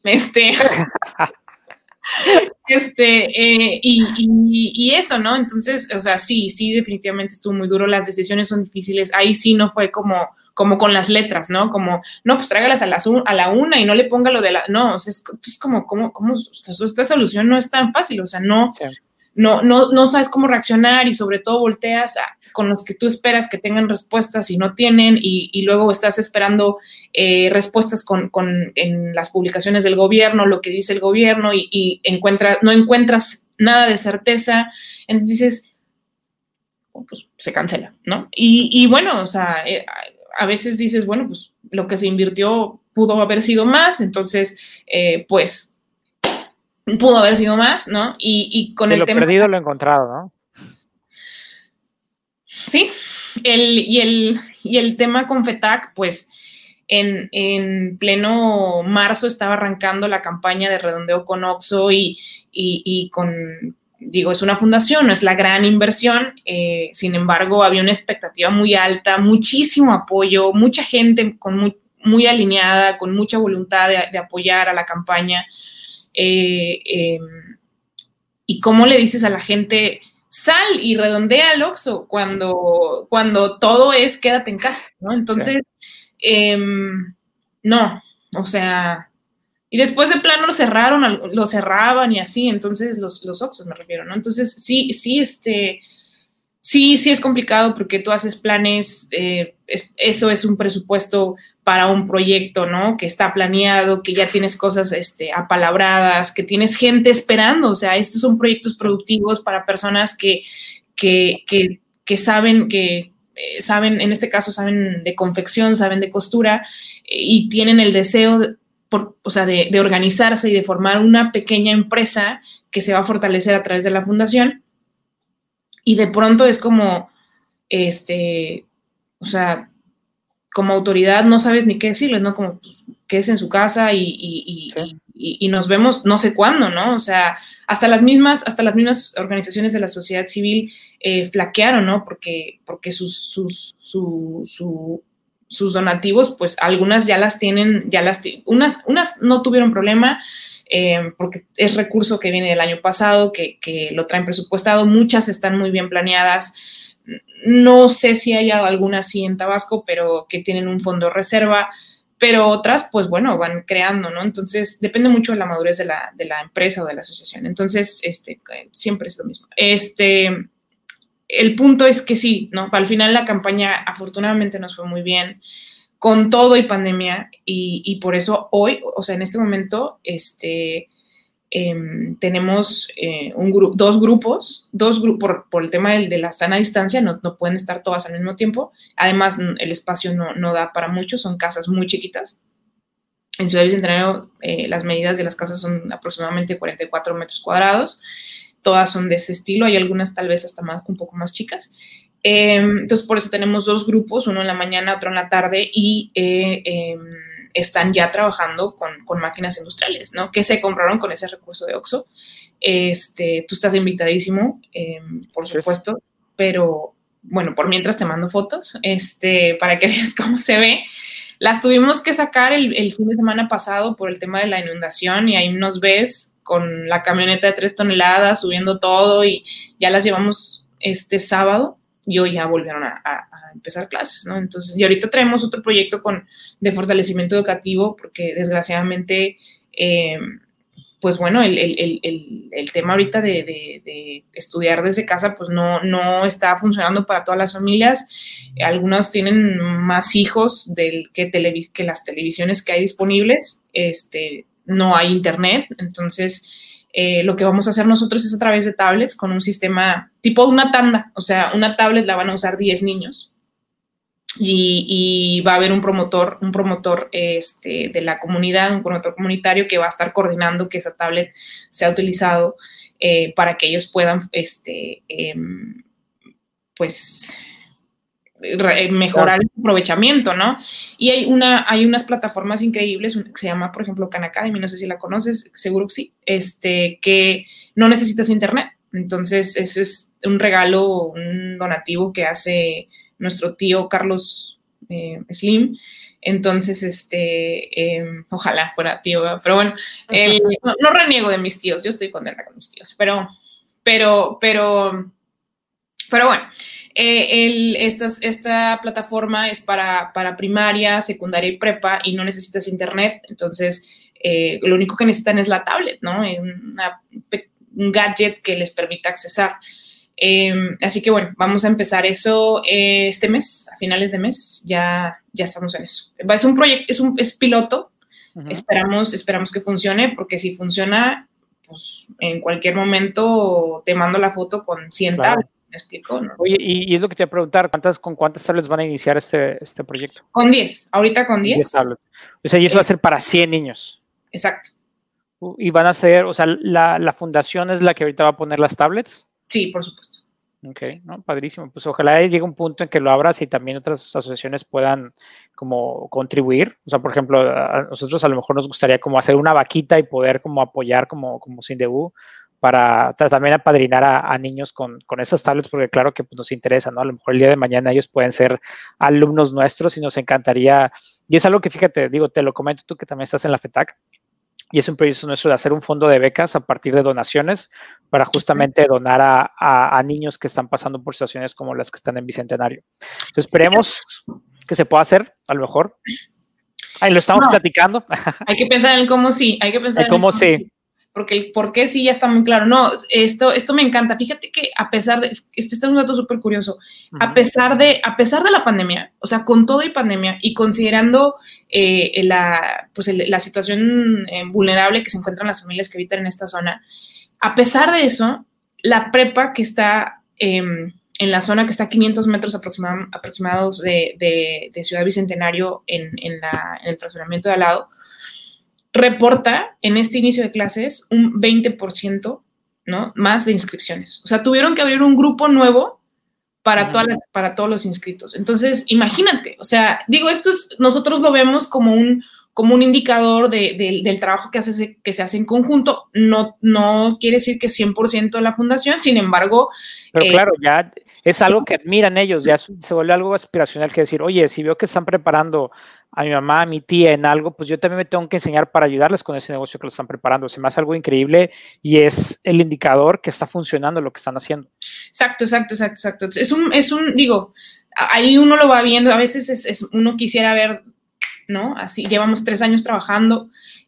Y eso, ¿no? Entonces, o sea, sí, definitivamente estuvo muy duro, las decisiones son difíciles, ahí sí no fue como con las letras, ¿no? Como, no, pues tráigalas a la 1 y no le ponga lo de la, no, o sea, es como esta solución no es tan fácil, o sea, no sabes cómo reaccionar y sobre todo volteas con los que tú esperas que tengan respuestas y no tienen y luego estás esperando respuestas en las publicaciones del gobierno, lo que dice el gobierno y no encuentras nada de certeza, entonces dices, pues se cancela, ¿no? Y bueno, o sea, a veces dices, bueno, pues lo que se invirtió pudo haber sido más, entonces, pues, pudo haber sido más, ¿no? Y con el tema... Lo perdido, lo encontrado, ¿no? Sí, el tema con FETAC, pues en pleno marzo estaba arrancando la campaña de redondeo con OXXO y es una fundación, no es la gran inversión, sin embargo había una expectativa muy alta, muchísimo apoyo, mucha gente muy alineada, con mucha voluntad de apoyar a la campaña. Y cómo le dices a la gente, sal y redondea al OXXO cuando todo es quédate en casa, ¿no? Entonces, no, o sea, y después de plano lo cerraban y así, entonces los OXXOs me refiero, ¿no? Entonces, sí es complicado porque tú haces planes, eso es un presupuesto para un proyecto, ¿no? Que está planeado, que ya tienes cosas apalabradas, que tienes gente esperando, o sea, estos son proyectos productivos para personas que saben, en este caso saben de confección, saben de costura y tienen el deseo de organizarse y de formar una pequeña empresa que se va a fortalecer a través de la fundación. Y de pronto es como, o sea, como autoridad no sabes ni qué decirles, ¿no? Como, pues, quédese en su casa y nos vemos no sé cuándo, ¿no? O sea, hasta las mismas organizaciones de la sociedad civil flaquearon, ¿no? Porque sus donativos, pues algunas ya las tienen, unas no tuvieron problema, porque es recurso que viene del año pasado, que lo traen presupuestado, muchas están muy bien planeadas, no sé si hay alguna así en Tabasco, pero que tienen un fondo de reserva, pero otras, pues bueno, van creando, ¿no? Entonces, depende mucho de la madurez de la empresa o de la asociación. Entonces, siempre es lo mismo. El punto es que sí, ¿no? Al final la campaña afortunadamente nos fue muy bien, con todo y pandemia, y por eso hoy, o sea, en este momento, tenemos dos grupos por el tema de la sana distancia, no pueden estar todas al mismo tiempo, además el espacio no da para mucho, son casas muy chiquitas. En Ciudad Bicentenario las medidas de las casas son aproximadamente 44 metros cuadrados, todas son de ese estilo, hay algunas tal vez hasta un poco más chicas. Entonces, por eso tenemos dos grupos, uno en la mañana, otro en la tarde, y están ya trabajando con máquinas industriales, ¿no? Que se compraron con ese recurso de OXXO. Tú estás invitadísimo, por supuesto, pero bueno, por mientras te mando fotos, para que veas cómo se ve. Las tuvimos que sacar el fin de semana pasado por el tema de la inundación y ahí nos ves con la camioneta de 3 toneladas subiendo todo y ya las llevamos este sábado y hoy ya volvieron a empezar clases, ¿no? Entonces, y ahorita traemos otro proyecto de fortalecimiento educativo porque desgraciadamente, pues bueno, el tema ahorita de estudiar desde casa, pues no está funcionando para todas las familias. Algunos tienen más hijos que las televisiones que hay disponibles, no hay internet, entonces lo que vamos a hacer nosotros es a través de tablets con un sistema tipo una tanda, o sea, una tablet la van a usar 10 niños y va a haber un promotor de la comunidad, un promotor comunitario que va a estar coordinando que esa tablet sea utilizado para que ellos puedan, pues, mejorar el aprovechamiento, ¿no? Y hay unas plataformas increíbles que se llama, por ejemplo, Khan Academy, no sé si la conoces, seguro que sí, que no necesitas internet. Entonces, eso es un regalo, un donativo que hace nuestro tío Carlos Slim. Entonces, ojalá fuera tío, ¿verdad? Pero bueno, no reniego de mis tíos, yo estoy contenta con mis tíos, pero bueno, esta plataforma es para primaria, secundaria y prepa y no necesitas internet, entonces lo único que necesitan es la tablet, ¿no? Un gadget que les permita accesar. Así que bueno, vamos a empezar eso este mes, a finales de mes, ya estamos en eso. Es un proyecto, es piloto, esperamos que funcione, porque si funciona, pues en cualquier momento te mando la foto con 100 tablets. ¿Me explico? ¿No? Oye, y es lo que te voy a preguntar, ¿con cuántas tablets van a iniciar este proyecto? Con 10, ahorita con 10. 10 tablets. O sea, y eso va a ser para 100 niños. Exacto. Y van a ser, o sea, la fundación es la que ahorita va a poner las tablets. Sí, por supuesto. Ok, no, padrísimo. Pues ojalá llegue un punto en que lo abras y también otras asociaciones puedan como contribuir. O sea, por ejemplo, a nosotros a lo mejor nos gustaría como hacer una vaquita y poder como apoyar como Sindebu para también apadrinar a niños con esas tablets, porque claro que pues, nos interesa, ¿no? A lo mejor el día de mañana ellos pueden ser alumnos nuestros y nos encantaría, y es algo que fíjate, digo, te lo comento tú que también estás en la FETAC, y es un proyecto nuestro de hacer un fondo de becas a partir de donaciones para justamente donar a niños que están pasando por situaciones como las que están en Bicentenario. Entonces esperemos que se pueda hacer, a lo mejor. Ahí lo estamos platicando. Hay que pensar en cómo sí, hay que pensar en cómo sí. Porque el por qué sí ya está muy claro. No, esto me encanta. Fíjate que a pesar de, este es un dato súper curioso, a pesar de la pandemia, o sea, con todo y pandemia y considerando la situación vulnerable que se encuentran las familias que habitan en esta zona, a pesar de eso, la prepa que está en la zona que está a 500 metros aproximados de Ciudad Bicentenario en el fraccionamiento de al lado, reporta en este inicio de clases un 20%, ¿no? Más de inscripciones. O sea, tuvieron que abrir un grupo nuevo para todos los inscritos. Entonces, imagínate, o sea, digo, nosotros lo vemos como un indicador del trabajo que se hace en conjunto. No quiere decir que 100% de la fundación, sin embargo... Pero claro, ya es algo que admiran ellos, ya se vuelve algo aspiracional que decir, oye, si veo que están preparando a mi mamá, a mi tía en algo, pues yo también me tengo que enseñar para ayudarles con ese negocio que lo están preparando. Se me hace algo increíble y es el indicador que está funcionando lo que están haciendo. Exacto. Digo, ahí uno lo va viendo, a veces uno quisiera ver, ¿no? Así, llevamos 3 años trabajando,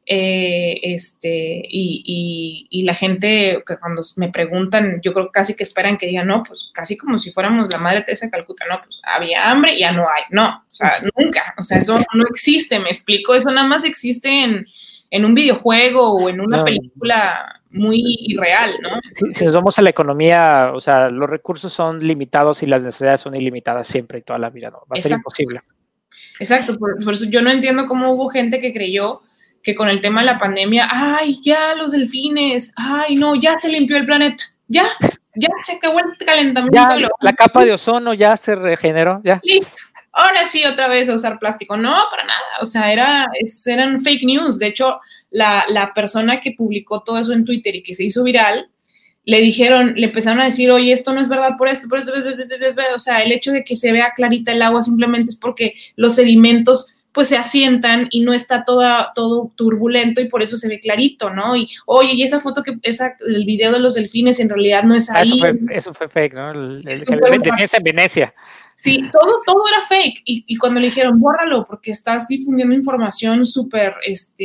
y la gente que cuando me preguntan, yo creo casi que esperan que digan, no, pues casi como si fuéramos la Madre Teresa de Calcuta, no, pues había hambre y ya no hay, no, o sea, nunca, o sea, eso no existe, me explico, eso nada más existe en un videojuego o en una película muy irreal, ¿no? Entonces, si nos vamos a la economía, o sea, los recursos son limitados y las necesidades son ilimitadas siempre y toda la vida, ¿no? Va a ser imposible. Exacto, por eso yo no entiendo cómo hubo gente que creyó que con el tema de la pandemia, ay, ya los delfines, ay, no, ya se limpió el planeta, ya se acabó el calentamiento global. La capa de ozono ya se regeneró, ya. Listo, ahora sí otra vez a usar plástico. No, para nada, o sea, eran fake news. De hecho, la persona que publicó todo eso en Twitter y que se hizo viral, le empezaron a decir, oye, esto no es verdad por esto, o sea, el hecho de que se vea clarita el agua simplemente es porque los sedimentos pues se asientan y no está todo turbulento y por eso se ve clarito, ¿no? Y, oye, y esa foto el video de los delfines en realidad no es ahí. Eso fue fake, ¿no? El delfines en Venecia. Sí, todo era fake. Y cuando le dijeron, bórralo porque estás difundiendo información súper,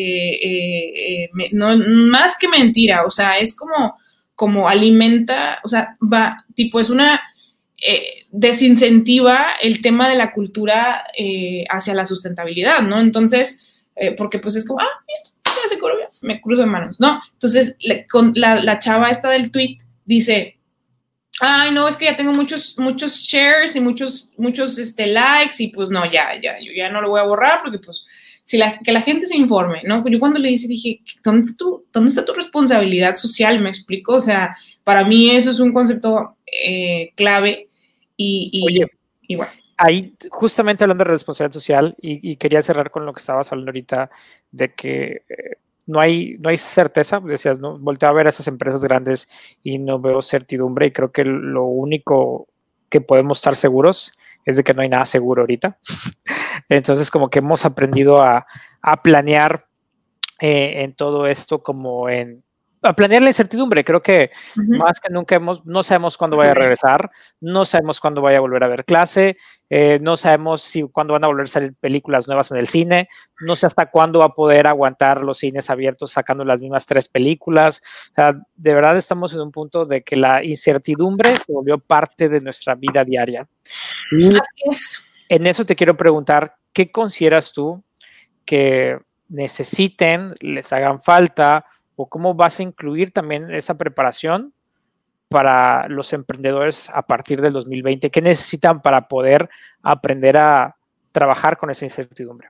no, más que mentira, o sea, es como alimenta, o sea, es una... desincentiva el tema de la cultura hacia la sustentabilidad, ¿no? Entonces, porque pues es como, listo, más economía, me cruzo de manos, ¿no? Entonces, la chava esta del tweet dice, ay, no, es que ya tengo muchos shares y muchos likes y pues no, yo ya no lo voy a borrar porque pues que la gente se informe, ¿no? Yo cuando le dije, ¿dónde está tu responsabilidad social? ¿Me explico? O sea, para mí eso es un concepto clave y bueno. Ahí, justamente hablando de responsabilidad social, y quería cerrar con lo que estabas hablando ahorita, de que no hay certeza, decías, ¿no? Volteo a ver a esas empresas grandes y no veo certidumbre, y creo que lo único que podemos estar seguros es de que no hay nada seguro ahorita. Entonces, como que hemos aprendido a planear en todo esto, a planear la incertidumbre. Creo que más que nunca no sabemos cuándo vaya a regresar, no sabemos cuándo vaya a volver a ver clase, no sabemos cuándo van a volver a salir películas nuevas en el cine, no sé hasta cuándo va a poder aguantar los cines abiertos sacando las mismas 3 películas. O sea, de verdad estamos en un punto de que la incertidumbre se volvió parte de nuestra vida diaria. Y así es. En eso te quiero preguntar, ¿qué consideras tú que necesiten, les hagan falta, o cómo vas a incluir también esa preparación para los emprendedores a partir del 2020? ¿Qué necesitan para poder aprender a trabajar con esa incertidumbre?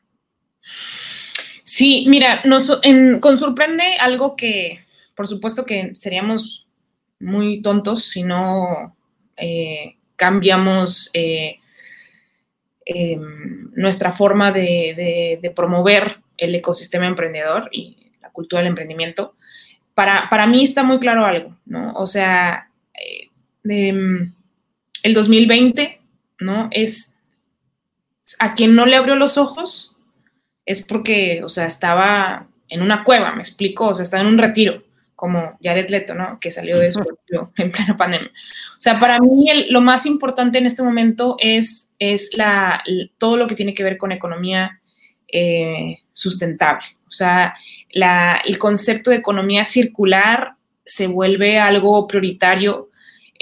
Sí, mira, con Surprende algo que, por supuesto que seríamos muy tontos si no cambiamos nuestra forma de promover el ecosistema emprendedor y la cultura del emprendimiento. Para mí está muy claro algo, ¿no? O sea, el 2020, ¿no? Es a quien no le abrió los ojos es porque, o sea, estaba en una cueva, me explico, o sea, estaba en un retiro, como Jared Leto, ¿no? Que salió de eso en plena pandemia. O sea, para mí lo más importante en este momento es todo lo que tiene que ver con economía sustentable. O sea, el concepto de economía circular se vuelve algo prioritario.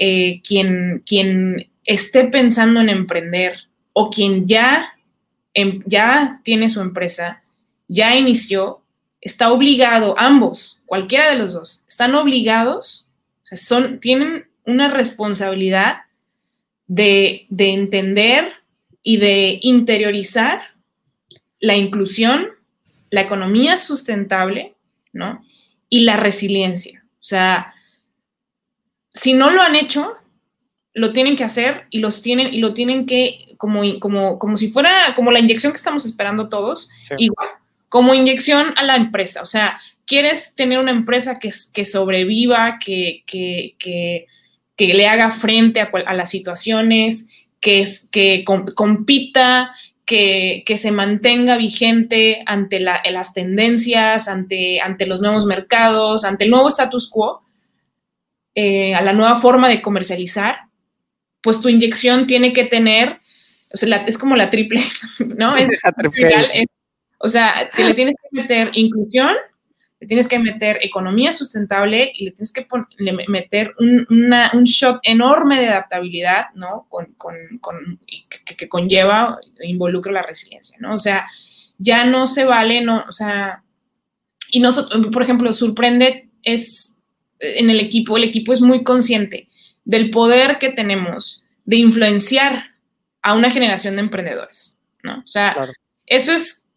Quien esté pensando en emprender o quien ya tiene su empresa, ya inició, está obligado, ambos, cualquiera de los dos, están obligados, o sea, tienen una responsabilidad de entender y de interiorizar la inclusión, la economía sustentable, ¿no? Y la resiliencia. O sea, si no lo han hecho, lo tienen que hacer y lo tienen que, como si fuera como la inyección que estamos esperando todos, sí. Igual, como inyección a la empresa. O sea, quieres tener una empresa que sobreviva, que le haga frente a las situaciones, que compita, que se mantenga vigente ante las tendencias, ante los nuevos mercados, ante el nuevo status quo, a la nueva forma de comercializar, pues tu inyección tiene que tener, o sea, es como la triple, ¿no? O sea, le tienes que meter inclusión, le tienes que meter economía sustentable y le tienes que meter un shot enorme de adaptabilidad, ¿no? Que conlleva, involucra la resiliencia, ¿no? O sea, ya no se vale, ¿no? O sea, y nosotros, por ejemplo, Surprende el equipo es muy consciente del poder que tenemos de influenciar a una generación de emprendedores, ¿no? O sea, claro. Eso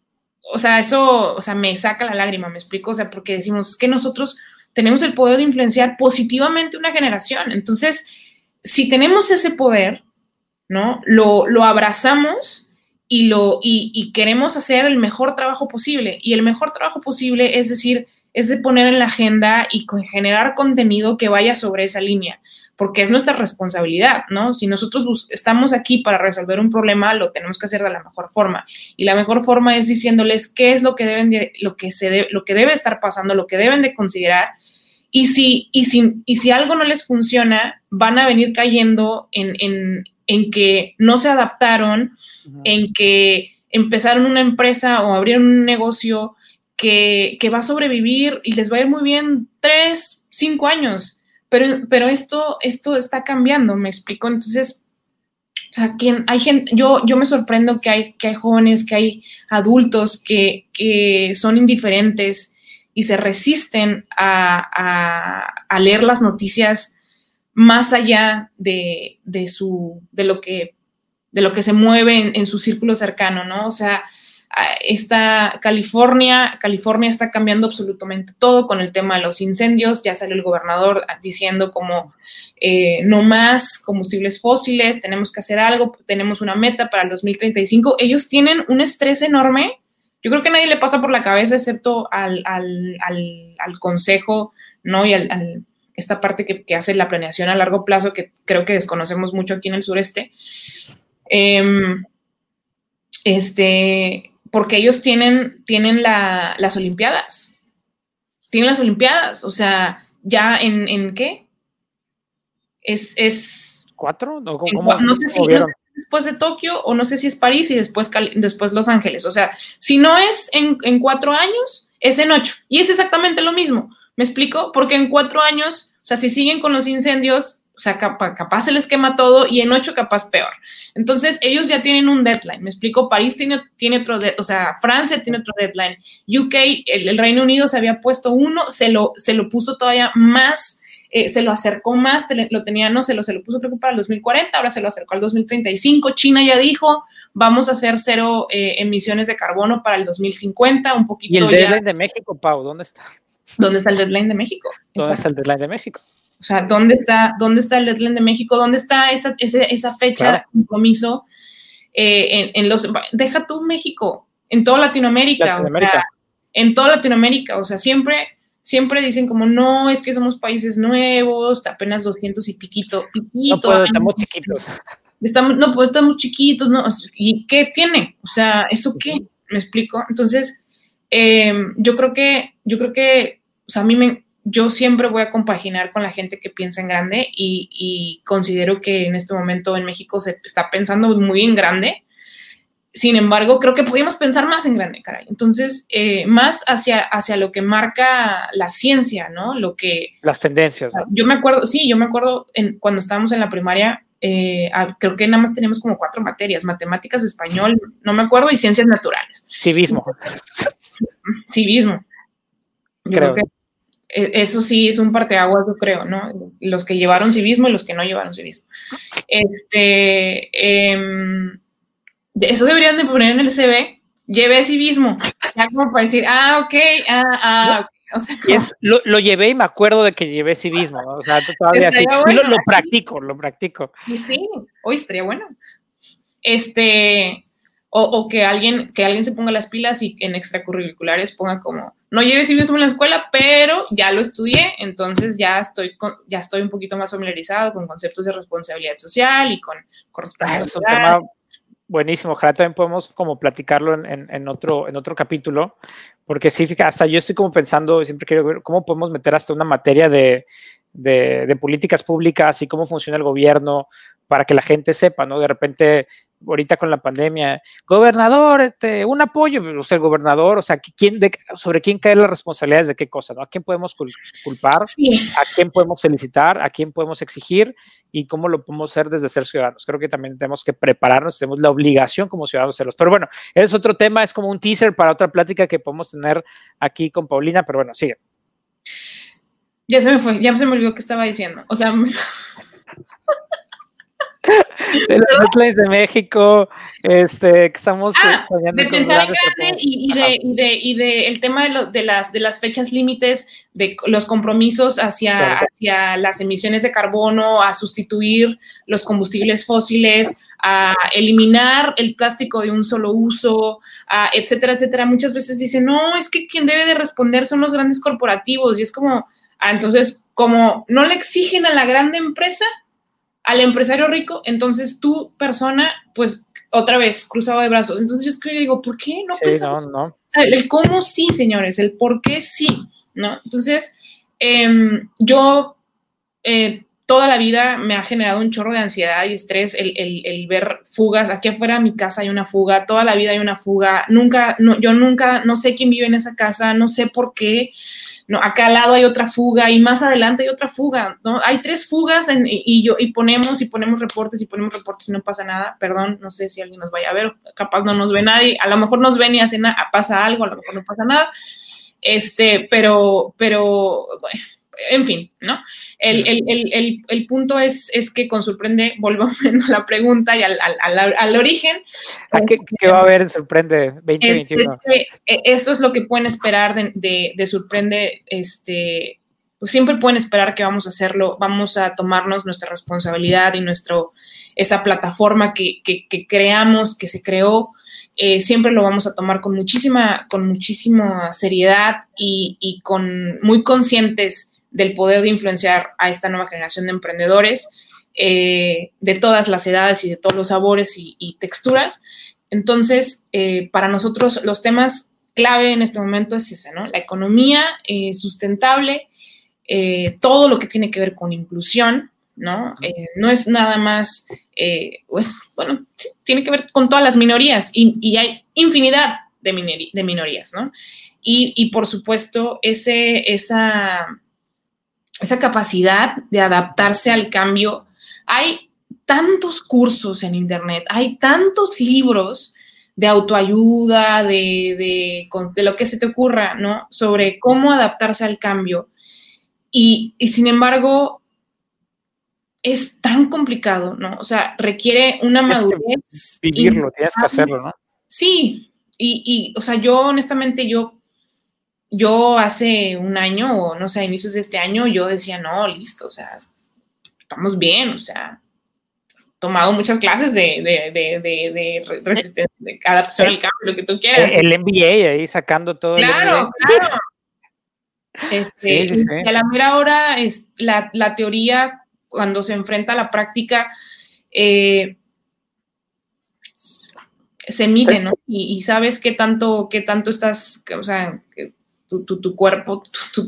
me saca la lágrima, me explico, o sea, porque decimos, es que nosotros tenemos el poder de influenciar positivamente una generación. Entonces, si tenemos ese poder, ¿no? Lo abrazamos y queremos hacer el mejor trabajo posible. Y el mejor trabajo posible es de poner en la agenda y generar contenido que vaya sobre esa línea, porque es nuestra responsabilidad, ¿no? Si nosotros estamos aquí para resolver un problema, lo tenemos que hacer de la mejor forma. Y la mejor forma es diciéndoles qué es lo que lo que debe estar pasando, lo que deben de considerar. Y si algo no les funciona, van a venir cayendo en que no se adaptaron, en que empezaron una empresa o abrieron un negocio que va a sobrevivir y les va a ir muy bien 3, 5 años. Pero esto está cambiando, me explico. Entonces, o sea, hay gente, yo me sorprendo que hay jóvenes, que hay adultos que son indiferentes, y se resisten a leer las noticias más allá de lo que se mueve en su círculo cercano, ¿no? O sea, California está cambiando absolutamente todo con el tema de los incendios. Ya salió el gobernador diciendo como no más combustibles fósiles, tenemos que hacer algo, tenemos una meta para el 2035. Ellos tienen un estrés enorme. Yo creo que nadie le pasa por la cabeza excepto al consejo, ¿no? Y esta parte que hace la planeación a largo plazo, que creo que desconocemos mucho aquí en el sureste. Porque ellos tienen las Olimpiadas. Tienen las Olimpiadas, o sea, ya en ¿qué? Es ¿4? No sé si es después de Tokio o no sé si es París y después Los Ángeles. O sea, si no es en 4 años, es en 8. Y es exactamente lo mismo. ¿Me explico? Porque en 4 años, o sea, si siguen con los incendios, o sea, capaz se les quema todo y en 8 capaz peor. Entonces, ellos ya tienen un deadline. ¿Me explico? París tiene otro, o sea, Francia tiene otro deadline. UK, el Reino Unido se había puesto uno, se lo puso todavía más, se lo acercó más, lo tenía, no, se lo puso creo que para el 2040, ahora se lo acercó al 2035. China ya dijo, vamos a hacer 0 emisiones de carbono para el 2050, un poquito. ¿Y el deadline de México, Pau? ¿Dónde está? ¿Dónde está el deadline de México? ¿Dónde está el deadline de México? O sea, ¿dónde está el deadline de México? ¿Dónde está esa fecha de compromiso? Deja tú México, en toda Latinoamérica. O sea, en toda Latinoamérica, o sea, siempre dicen como, no, es que somos países nuevos, apenas 200 y piquito. No, estamos chiquitos. Estamos chiquitos, ¿no? ¿Y qué tiene? O sea, ¿eso qué? ¿Me explico? Entonces, yo creo que, o sea, yo siempre voy a compaginar con la gente que piensa en grande y considero que en este momento en México se está pensando muy en grande. Sin embargo, creo que pudimos pensar más en grande, caray. Entonces, más hacia lo que marca la ciencia, ¿no? Las tendencias, ¿no? Yo me acuerdo cuando estábamos en la primaria, creo que nada más teníamos como 4 materias: matemáticas, español, no me acuerdo, y ciencias naturales. Civismo. Yo creo que eso sí es un parteaguas, yo creo, ¿no? Los que llevaron civismo y los que no llevaron civismo. Eso deberían de poner en el CV. Llevé civismo. Ya como para decir, ok. O sea, lo llevé y me acuerdo de que llevé civismo, ¿no? O sea, todavía así. Bueno. Lo practico. Y sí, hoy estaría bueno. O que alguien se ponga las pilas y en extracurriculares ponga como, no llevé civismo en la escuela, pero ya lo estudié, entonces ya estoy un poquito más familiarizado con conceptos de responsabilidad social y con responsabilidad. Es un tema buenísimo. Ojalá también podemos como platicarlo en otro capítulo, porque sí, fíjate, hasta yo estoy como pensando, siempre quiero ver cómo podemos meter hasta una materia de políticas públicas y cómo funciona el gobierno para que la gente sepa, ¿no? De repente, ahorita con la pandemia, gobernador, un apoyo, o sea, el gobernador, o sea, sobre quién caen las responsabilidades de qué cosa, ¿no? ¿A quién podemos culpar? Sí. ¿A quién podemos felicitar? ¿A quién podemos exigir? ¿Y cómo lo podemos hacer desde ser ciudadanos? Creo que también tenemos que prepararnos, tenemos la obligación como ciudadanos de hacerlos. Pero bueno, ese es otro tema, es como un teaser para otra plática que podemos tener aquí con Paulina, pero bueno, sigue. Ya se me olvidó qué estaba diciendo. O sea, de los deadlines de México, que estamos de pensar en grande y de el tema de las fechas límites, de los compromisos hacia las emisiones de carbono, a sustituir los combustibles fósiles, a eliminar el plástico de un solo uso, etcétera, etcétera. Muchas veces dicen, no, es que quien debe de responder son los grandes corporativos, y es como, entonces, como no le exigen a la grande empresa, al empresario rico, entonces tú, persona, pues otra vez, cruzado de brazos. Entonces yo escribo y digo, ¿por qué no pensamos? No. O sea, el cómo sí, señores, el por qué sí, ¿no? Entonces, yo toda la vida me ha generado un chorro de ansiedad y estrés el ver fugas. Aquí afuera de mi casa hay una fuga, toda la vida hay una fuga. Yo nunca, no sé quién vive en esa casa, no sé por qué. No, acá al lado hay otra fuga y más adelante hay otra fuga, ¿no? Hay 3 fugas y ponemos reportes y no pasa nada. Perdón, no sé si alguien nos vaya a ver, capaz no nos ve nadie, a lo mejor nos ven y pasa algo, a lo mejor no pasa nada. pero bueno, en fin, ¿no? El punto es que con Sorprende, volvemos a la pregunta y al origen. ¿Qué va a haber en Sorprende 2021? Esto es lo que pueden esperar de Sorprende, pues siempre pueden esperar que vamos a hacerlo, vamos a tomarnos nuestra responsabilidad y esa plataforma que creamos, que se creó, siempre lo vamos a tomar con muchísima seriedad y muy conscientes del poder de influenciar a esta nueva generación de emprendedores de todas las edades y de todos los sabores y texturas. Entonces, para nosotros los temas clave en este momento es ese, ¿no? La economía sustentable, todo lo que tiene que ver con inclusión, ¿no? No es nada más, pues, bueno, sí, tiene que ver con todas las minorías y hay infinidad de minorías, ¿no? Y por supuesto, esa capacidad de adaptarse al cambio. Hay tantos cursos en internet, hay tantos libros de autoayuda, de lo que se te ocurra, ¿no? Sobre cómo adaptarse al cambio. Y sin embargo, es tan complicado, ¿no? O sea, requiere una madurez. Vivirlo, tienes que hacerlo, ¿no? Sí, o sea, yo honestamente, yo hace un año, o no sé, a inicios de este año, yo decía, no, listo, o sea, estamos bien, o sea, he tomado muchas clases de resistencia, de adaptación al cambio, lo que tú quieras. El MBA ahí sacando todo. Claro, claro. Sí. Y a la mera hora, la teoría, cuando se enfrenta a la práctica, se mide, ¿no? Y sabes qué tanto estás, o sea, tu cuerpo,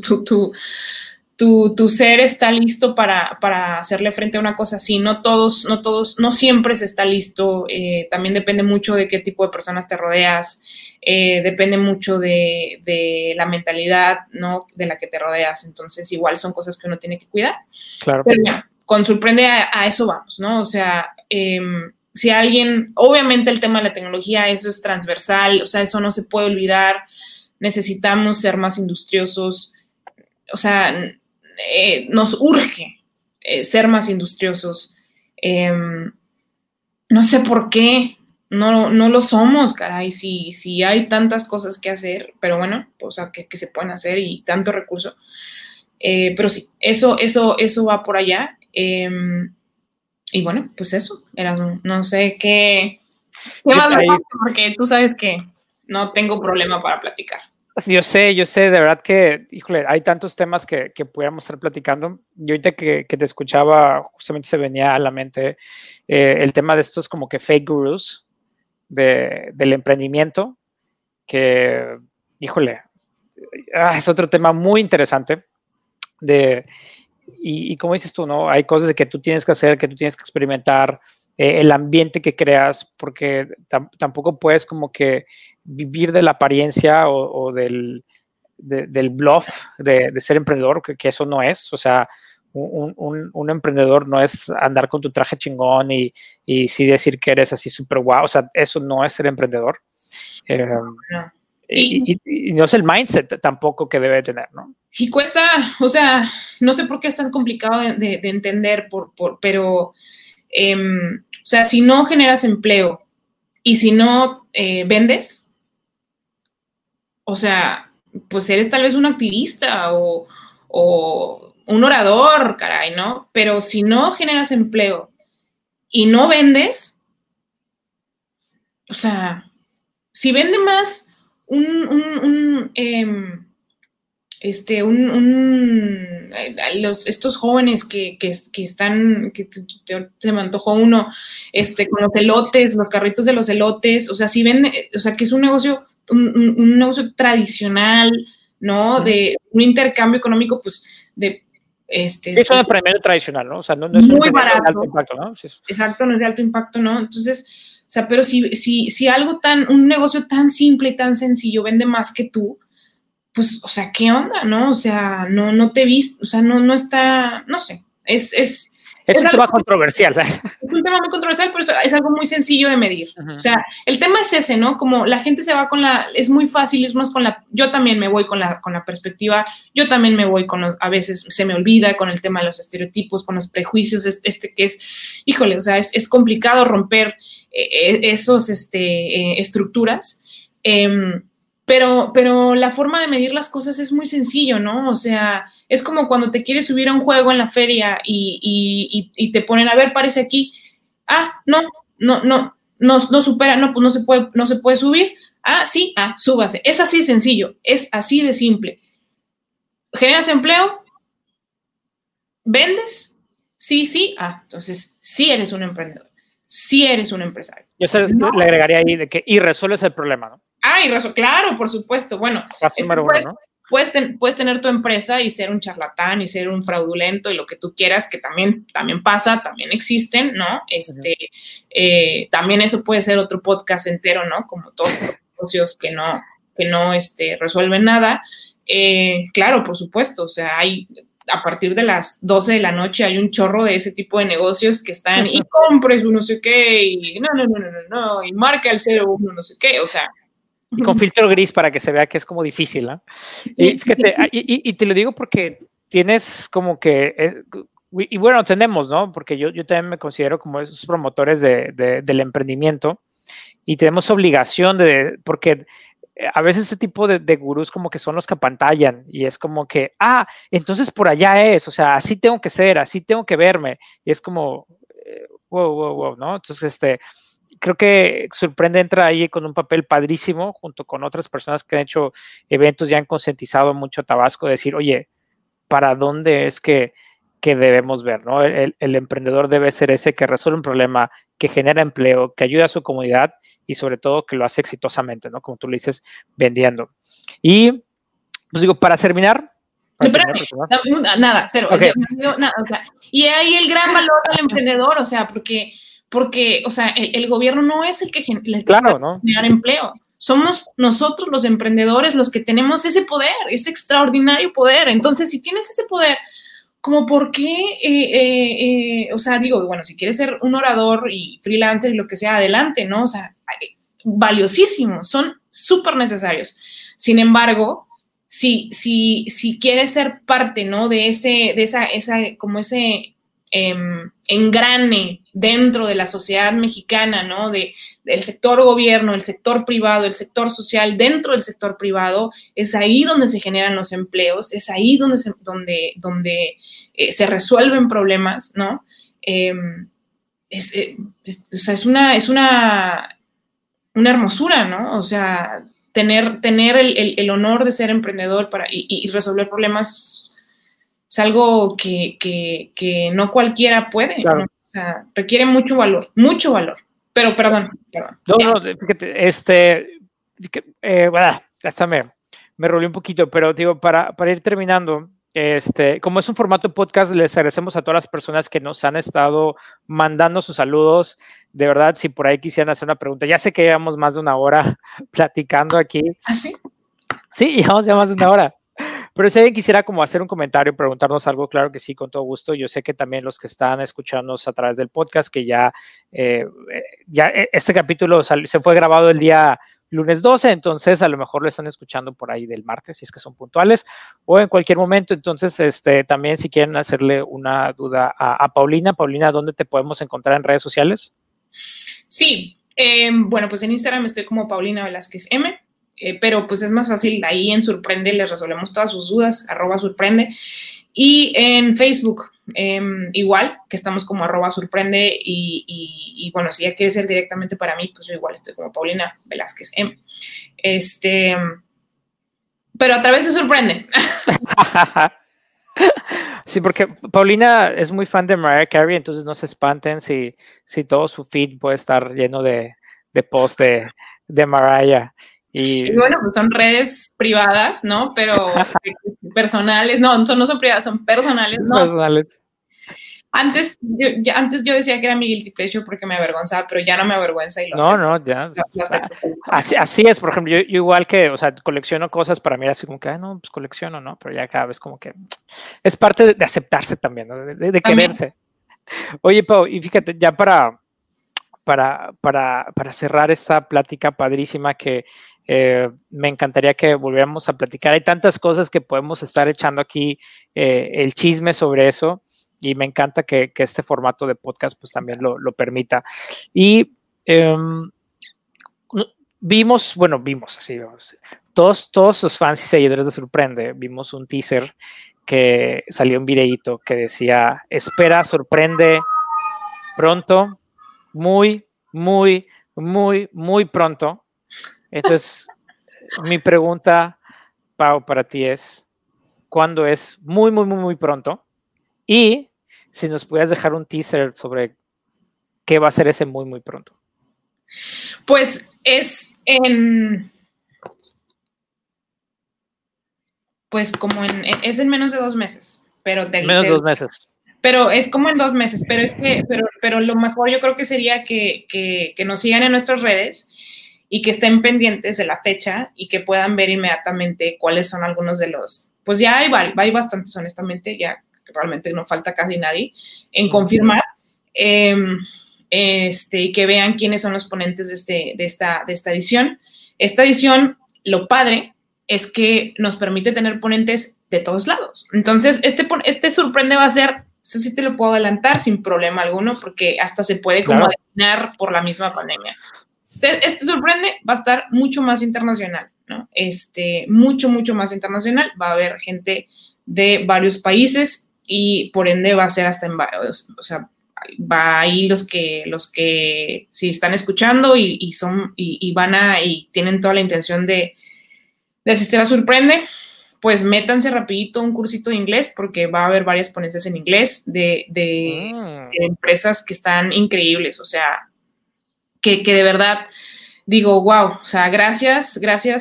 tu ser está listo para hacerle frente a una cosa así. No siempre se está listo. También depende mucho de qué tipo de personas te rodeas. Depende mucho de la mentalidad, ¿no? De la que te rodeas. Entonces, igual son cosas que uno tiene que cuidar. Claro. Pero bueno, con Sorprende a eso vamos, ¿no? O sea, si alguien, obviamente el tema de la tecnología, eso es transversal, o sea, eso no se puede olvidar. Necesitamos ser más industriosos, o sea, nos urge ser más industriosos. No sé por qué no lo somos, caray, si hay tantas cosas que hacer, pero bueno, o sea, que se pueden hacer y tanto recurso. Pero sí, eso va por allá. Y bueno, pues eso, Erasmo. No sé qué más le falta, porque tú sabes que no tengo problema para platicar. Yo sé, de verdad que, híjole, hay tantos temas que pudiéramos estar platicando. Y ahorita que te escuchaba, justamente se venía a la mente el tema de estos como que fake gurus del emprendimiento, que, híjole, es otro tema muy interesante. Y como dices tú, ¿no? Hay cosas que tú tienes que hacer, que tú tienes que experimentar, el ambiente que creas, porque tampoco puedes como que vivir de la apariencia o del bluff de ser emprendedor, que eso no es. O sea, un emprendedor no es andar con tu traje chingón y sí decir que eres así súper guau. O sea, eso no es ser emprendedor. No. Y no es el mindset tampoco que debe tener, ¿no? Y cuesta, o sea, no sé por qué es tan complicado de entender, pero, o sea, si no generas empleo y si no vendes, o sea, pues eres tal vez un activista o un orador, caray, ¿no? Pero si no generas empleo y no vendes, o sea, si vende más estos jóvenes que están, que se me antojó uno, con los elotes, los carritos de los elotes, o sea, si vende, o sea, que es un negocio, un negocio tradicional, ¿no? De un intercambio económico, pues, de sí, es un emprendimiento tradicional, ¿no? O sea, no es muy barato, de alto impacto, ¿no? Sí. Exacto, no es de alto impacto, ¿no? Entonces, o sea, pero si algo un negocio tan simple y tan sencillo vende más que tú, pues, o sea, ¿qué onda, no? O sea, no te viste, o sea, no está, no sé, es Es un tema controversial. Es un tema muy controversial, pero es algo muy sencillo de medir. O sea, el tema es ese, ¿no? Como la gente se va es muy fácil irnos yo también me voy con la perspectiva, yo también me voy a veces se me olvida con el tema de los estereotipos, con los prejuicios, que es, híjole, o sea, es complicado romper esos estructuras. Pero la forma de medir las cosas es muy sencillo, ¿no? O sea, es como cuando te quieres subir a un juego en la feria y te ponen, a ver, párese aquí. No supera, no, pues no se puede subir. Sí, súbase. Es así de sencillo, es así de simple. ¿Generas empleo? ¿Vendes? Sí. Entonces sí eres un emprendedor, sí eres un empresario. Yo le agregaría ahí de que y resuelves el problema, ¿no? Claro, por supuesto. Bueno, puedes tener tu empresa y ser un charlatán y ser un fraudulento y lo que tú quieras, que también pasa, también existen, ¿no? También eso puede ser otro podcast entero, ¿no? Como todos estos negocios que no resuelven nada. Claro, por supuesto, o sea, a partir de las 12 de la noche hay un chorro de ese tipo de negocios que están y compres un no sé qué y no, y marca el 01 no sé qué, o sea. Y con filtro gris para que se vea que es como difícil, ¿no? Y fíjate, y te lo digo porque tienes como que, y bueno, tenemos, ¿no? Porque yo también me considero como esos promotores del emprendimiento y tenemos obligación porque a veces ese tipo de gurús como que son los que apantallan y es como que, entonces por allá es, o sea, así tengo que ser, así tengo que verme. Y es como, wow, ¿no? Entonces, creo que Surprende entra ahí con un papel padrísimo junto con otras personas que han hecho eventos y han concientizado mucho a Tabasco, decir, oye, ¿para dónde es que debemos ver, ¿no? El emprendedor debe ser ese que resuelve un problema, que genera empleo, que ayuda a su comunidad y sobre todo que lo hace exitosamente, ¿no? Como tú le dices, vendiendo. Y, pues digo, para terminar... Nada, cero. Okay. O sea, y ahí el gran valor del emprendedor, o sea, porque o sea, el gobierno no es el que claro, ¿no? generar empleo. Somos nosotros los emprendedores los que tenemos ese poder, ese extraordinario poder. Entonces, si tienes ese poder, como por qué, o sea, digo, bueno, si quieres ser un orador y freelancer y lo que sea, adelante, ¿no? O sea, valiosísimos, son súper necesarios. Sin embargo, si quieres ser parte, ¿no? De esa como ese engrane dentro de la sociedad mexicana, ¿no? Del sector gobierno, el sector privado, el sector social, dentro del sector privado, es ahí donde se generan los empleos, es ahí donde se resuelven problemas, ¿no? O sea, es una hermosura, ¿no? O sea, tener el honor de ser emprendedor y resolver problemas es algo que no cualquiera puede, claro. ¿No? O sea, requiere mucho valor, pero perdón. No, fíjate, bueno, hasta me rolé un poquito, pero digo, para ir terminando, como es un formato podcast, les agradecemos a todas las personas que nos han estado mandando sus saludos. De verdad, si por ahí quisieran hacer una pregunta, ya sé que llevamos más de una hora platicando aquí. ¿Ah, sí? Sí, llevamos ya más de una hora. Pero si alguien quisiera como hacer un comentario, preguntarnos algo, claro que sí, con todo gusto. Yo sé que también los que están escuchándonos a través del podcast, que ya este capítulo se fue grabado el día lunes 12, entonces a lo mejor lo están escuchando por ahí del martes, si es que son puntuales, o en cualquier momento. Entonces, también si quieren hacerle una duda a Paulina. Paulina, ¿dónde te podemos encontrar en redes sociales? Sí, bueno, pues en Instagram estoy como Paulina Velázquez M. Pero pues es más fácil, ahí en Surprende les resolvemos todas sus dudas, @surprende, y en Facebook igual, que estamos como @surprende, y bueno, si ya quiere ser directamente para mí, pues yo igual estoy como Paulina Velázquez M. Pero a través de Surprende. Sí, porque Paulina es muy fan de Mariah Carey, entonces no se espanten si todo su feed puede estar lleno de posts de Mariah. Y bueno, pues son redes privadas, ¿no? Pero personales, no son privadas, son personales, ¿no? Personales. Antes yo decía que era mi guilty pleasure porque me avergonzaba, pero ya no me avergüenza y lo sé. No, ya. Así es, por ejemplo, yo igual que, o sea, colecciono cosas, para mí así como que, no, pues colecciono, ¿no? Pero ya cada vez como que es parte de aceptarse también, ¿no? De quererse. Oye, Pau, y fíjate, ya para cerrar esta plática padrísima que me encantaría que volviéramos a platicar. Hay tantas cosas que podemos estar echando aquí el chisme sobre eso y me encanta que este formato de podcast pues también lo permita. Y vimos así, todos los fans y seguidores de Sorprende, vimos un teaser que salió un videíto que decía, espera, sorprende pronto, muy, muy, muy, muy pronto. Entonces, mi pregunta, Pau, para ti es, ¿cuándo es muy, muy, muy, muy pronto? Y si nos pudieras dejar un teaser sobre qué va a ser ese muy, muy pronto. Pues es es en menos de 2 meses, pero menos de 2 meses. Pero es como en 2 meses, pero lo mejor yo creo que sería que nos sigan en nuestras redes y que estén pendientes de la fecha y que puedan ver inmediatamente cuáles son algunos de los, pues ya hay bastantes honestamente, ya realmente no falta casi nadie en confirmar, y que vean quiénes son los ponentes de esta edición. Esta edición, lo padre es que nos permite tener ponentes de todos lados. Entonces, este sorprende va a ser, eso sí te lo puedo adelantar sin problema alguno, porque hasta se puede como adivinar por la misma pandemia. Este sorprende va a estar mucho más internacional, ¿no? Mucho, mucho más internacional. Va a haber gente de varios países y por ende va a ser hasta en varios, o sea, va ahí los que si están escuchando y tienen toda la intención de asistir a Sorprende, pues métanse rapidito un cursito de inglés porque va a haber varias ponencias en inglés de empresas que están increíbles, o sea, que de verdad digo, wow, o sea, gracias,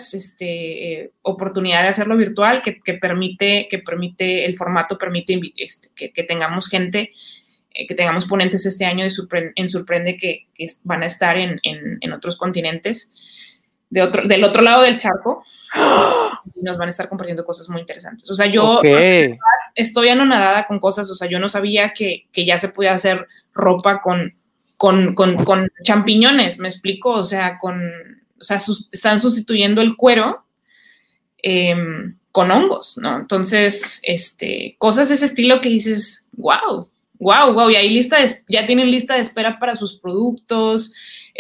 oportunidad de hacerlo virtual, que permite el formato, permite que tengamos gente, que tengamos ponentes este año en Sorprende que van a estar en otros continentes, del otro lado del charco, y nos van a estar compartiendo cosas muy interesantes. O sea, yo estoy anonadada con cosas, o sea, yo no sabía que ya se podía hacer ropa con champiñones, ¿me explico? O sea, están sustituyendo el cuero con hongos, ¿no? Entonces, cosas de ese estilo que dices, wow, y ahí ya tienen lista de espera para sus productos,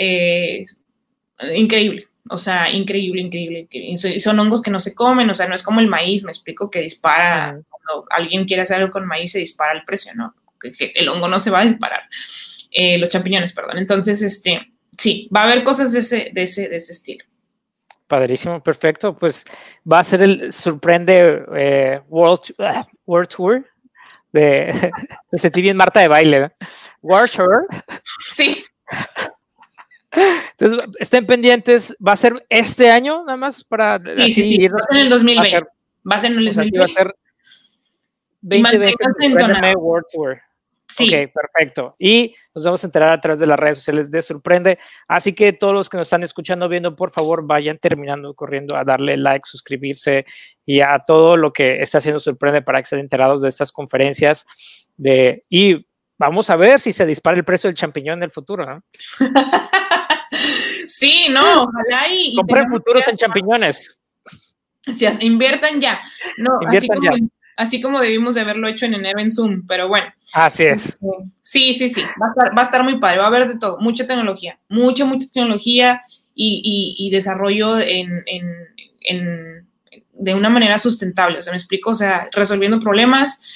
increíble. O sea, increíble. Y son hongos que no se comen, o sea, no es como el maíz, me explico, que dispara, cuando alguien quiere hacer algo con maíz se dispara el precio, ¿no? Que el hongo no se va a disparar. Los champiñones, perdón. Entonces, sí, va a haber cosas de ese estilo. Padrísimo, perfecto. Pues va a ser el Sorprende World Tour. Me sentí bien Marta de baile, ¿no? World Tour. Sí. Entonces, estén pendientes. ¿Va a ser este año nada más? Sí. Va a ser en el 2020. Va a ser en el 2020. Va a ser 2020 World Tour. Sí. Ok, perfecto. Y nos vamos a enterar a través de las redes sociales de Sorprende. Así que todos los que nos están escuchando, viendo, por favor, vayan corriendo a darle like, suscribirse y a todo lo que está haciendo Sorprende para que estén enterados de estas conferencias. Y vamos a ver si se dispara el precio del champiñón en el futuro, ¿no? Sí, no, ojalá compren futuros en champiñones. Sí, inviertan ya. No, así como debimos de haberlo hecho en enero en Zoom, pero bueno. Así es. Sí. Va a estar muy padre. Va a haber de todo. Mucha tecnología. Mucha tecnología y desarrollo de una manera sustentable. O sea, me explico. O sea, resolviendo problemas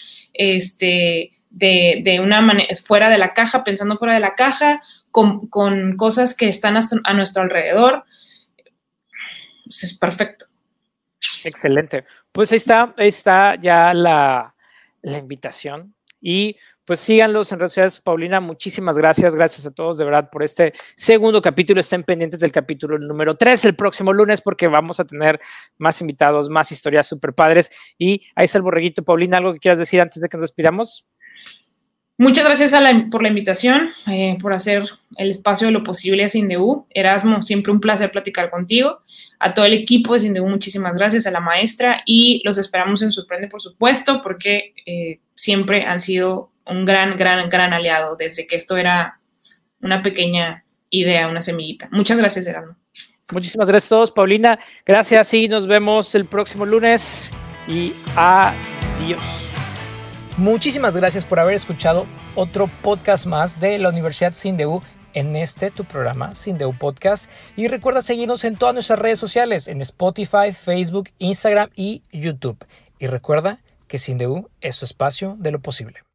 de una manera fuera de la caja, pensando fuera de la caja, con cosas que están a nuestro alrededor. Pues es perfecto. Excelente. Pues ahí está ya la invitación y pues síganlos en redes sociales. Paulina, muchísimas gracias. Gracias a todos de verdad por este segundo capítulo. Estén pendientes del capítulo número 3 el próximo lunes porque vamos a tener más invitados, más historias súper padres. Y ahí está el borreguito. Paulina, ¿algo que quieras decir antes de que nos despidamos? Muchas gracias por la invitación, por hacer el espacio de lo posible a Sindeú. Erasmo, siempre un placer platicar contigo. A todo el equipo de Sindeú, muchísimas gracias, a la maestra, y los esperamos en Sorprende, por supuesto, porque siempre han sido un gran aliado desde que esto era una pequeña idea, una semillita. Muchas gracias, Erasmo. Muchísimas gracias a todos. Paulina, gracias y nos vemos el próximo lunes y adiós. Muchísimas gracias por haber escuchado otro podcast más de la Universidad SINDEU en tu programa SINDEU Podcast. Y recuerda seguirnos en todas nuestras redes sociales, en Spotify, Facebook, Instagram y YouTube. Y recuerda que SINDEU es tu espacio de lo posible.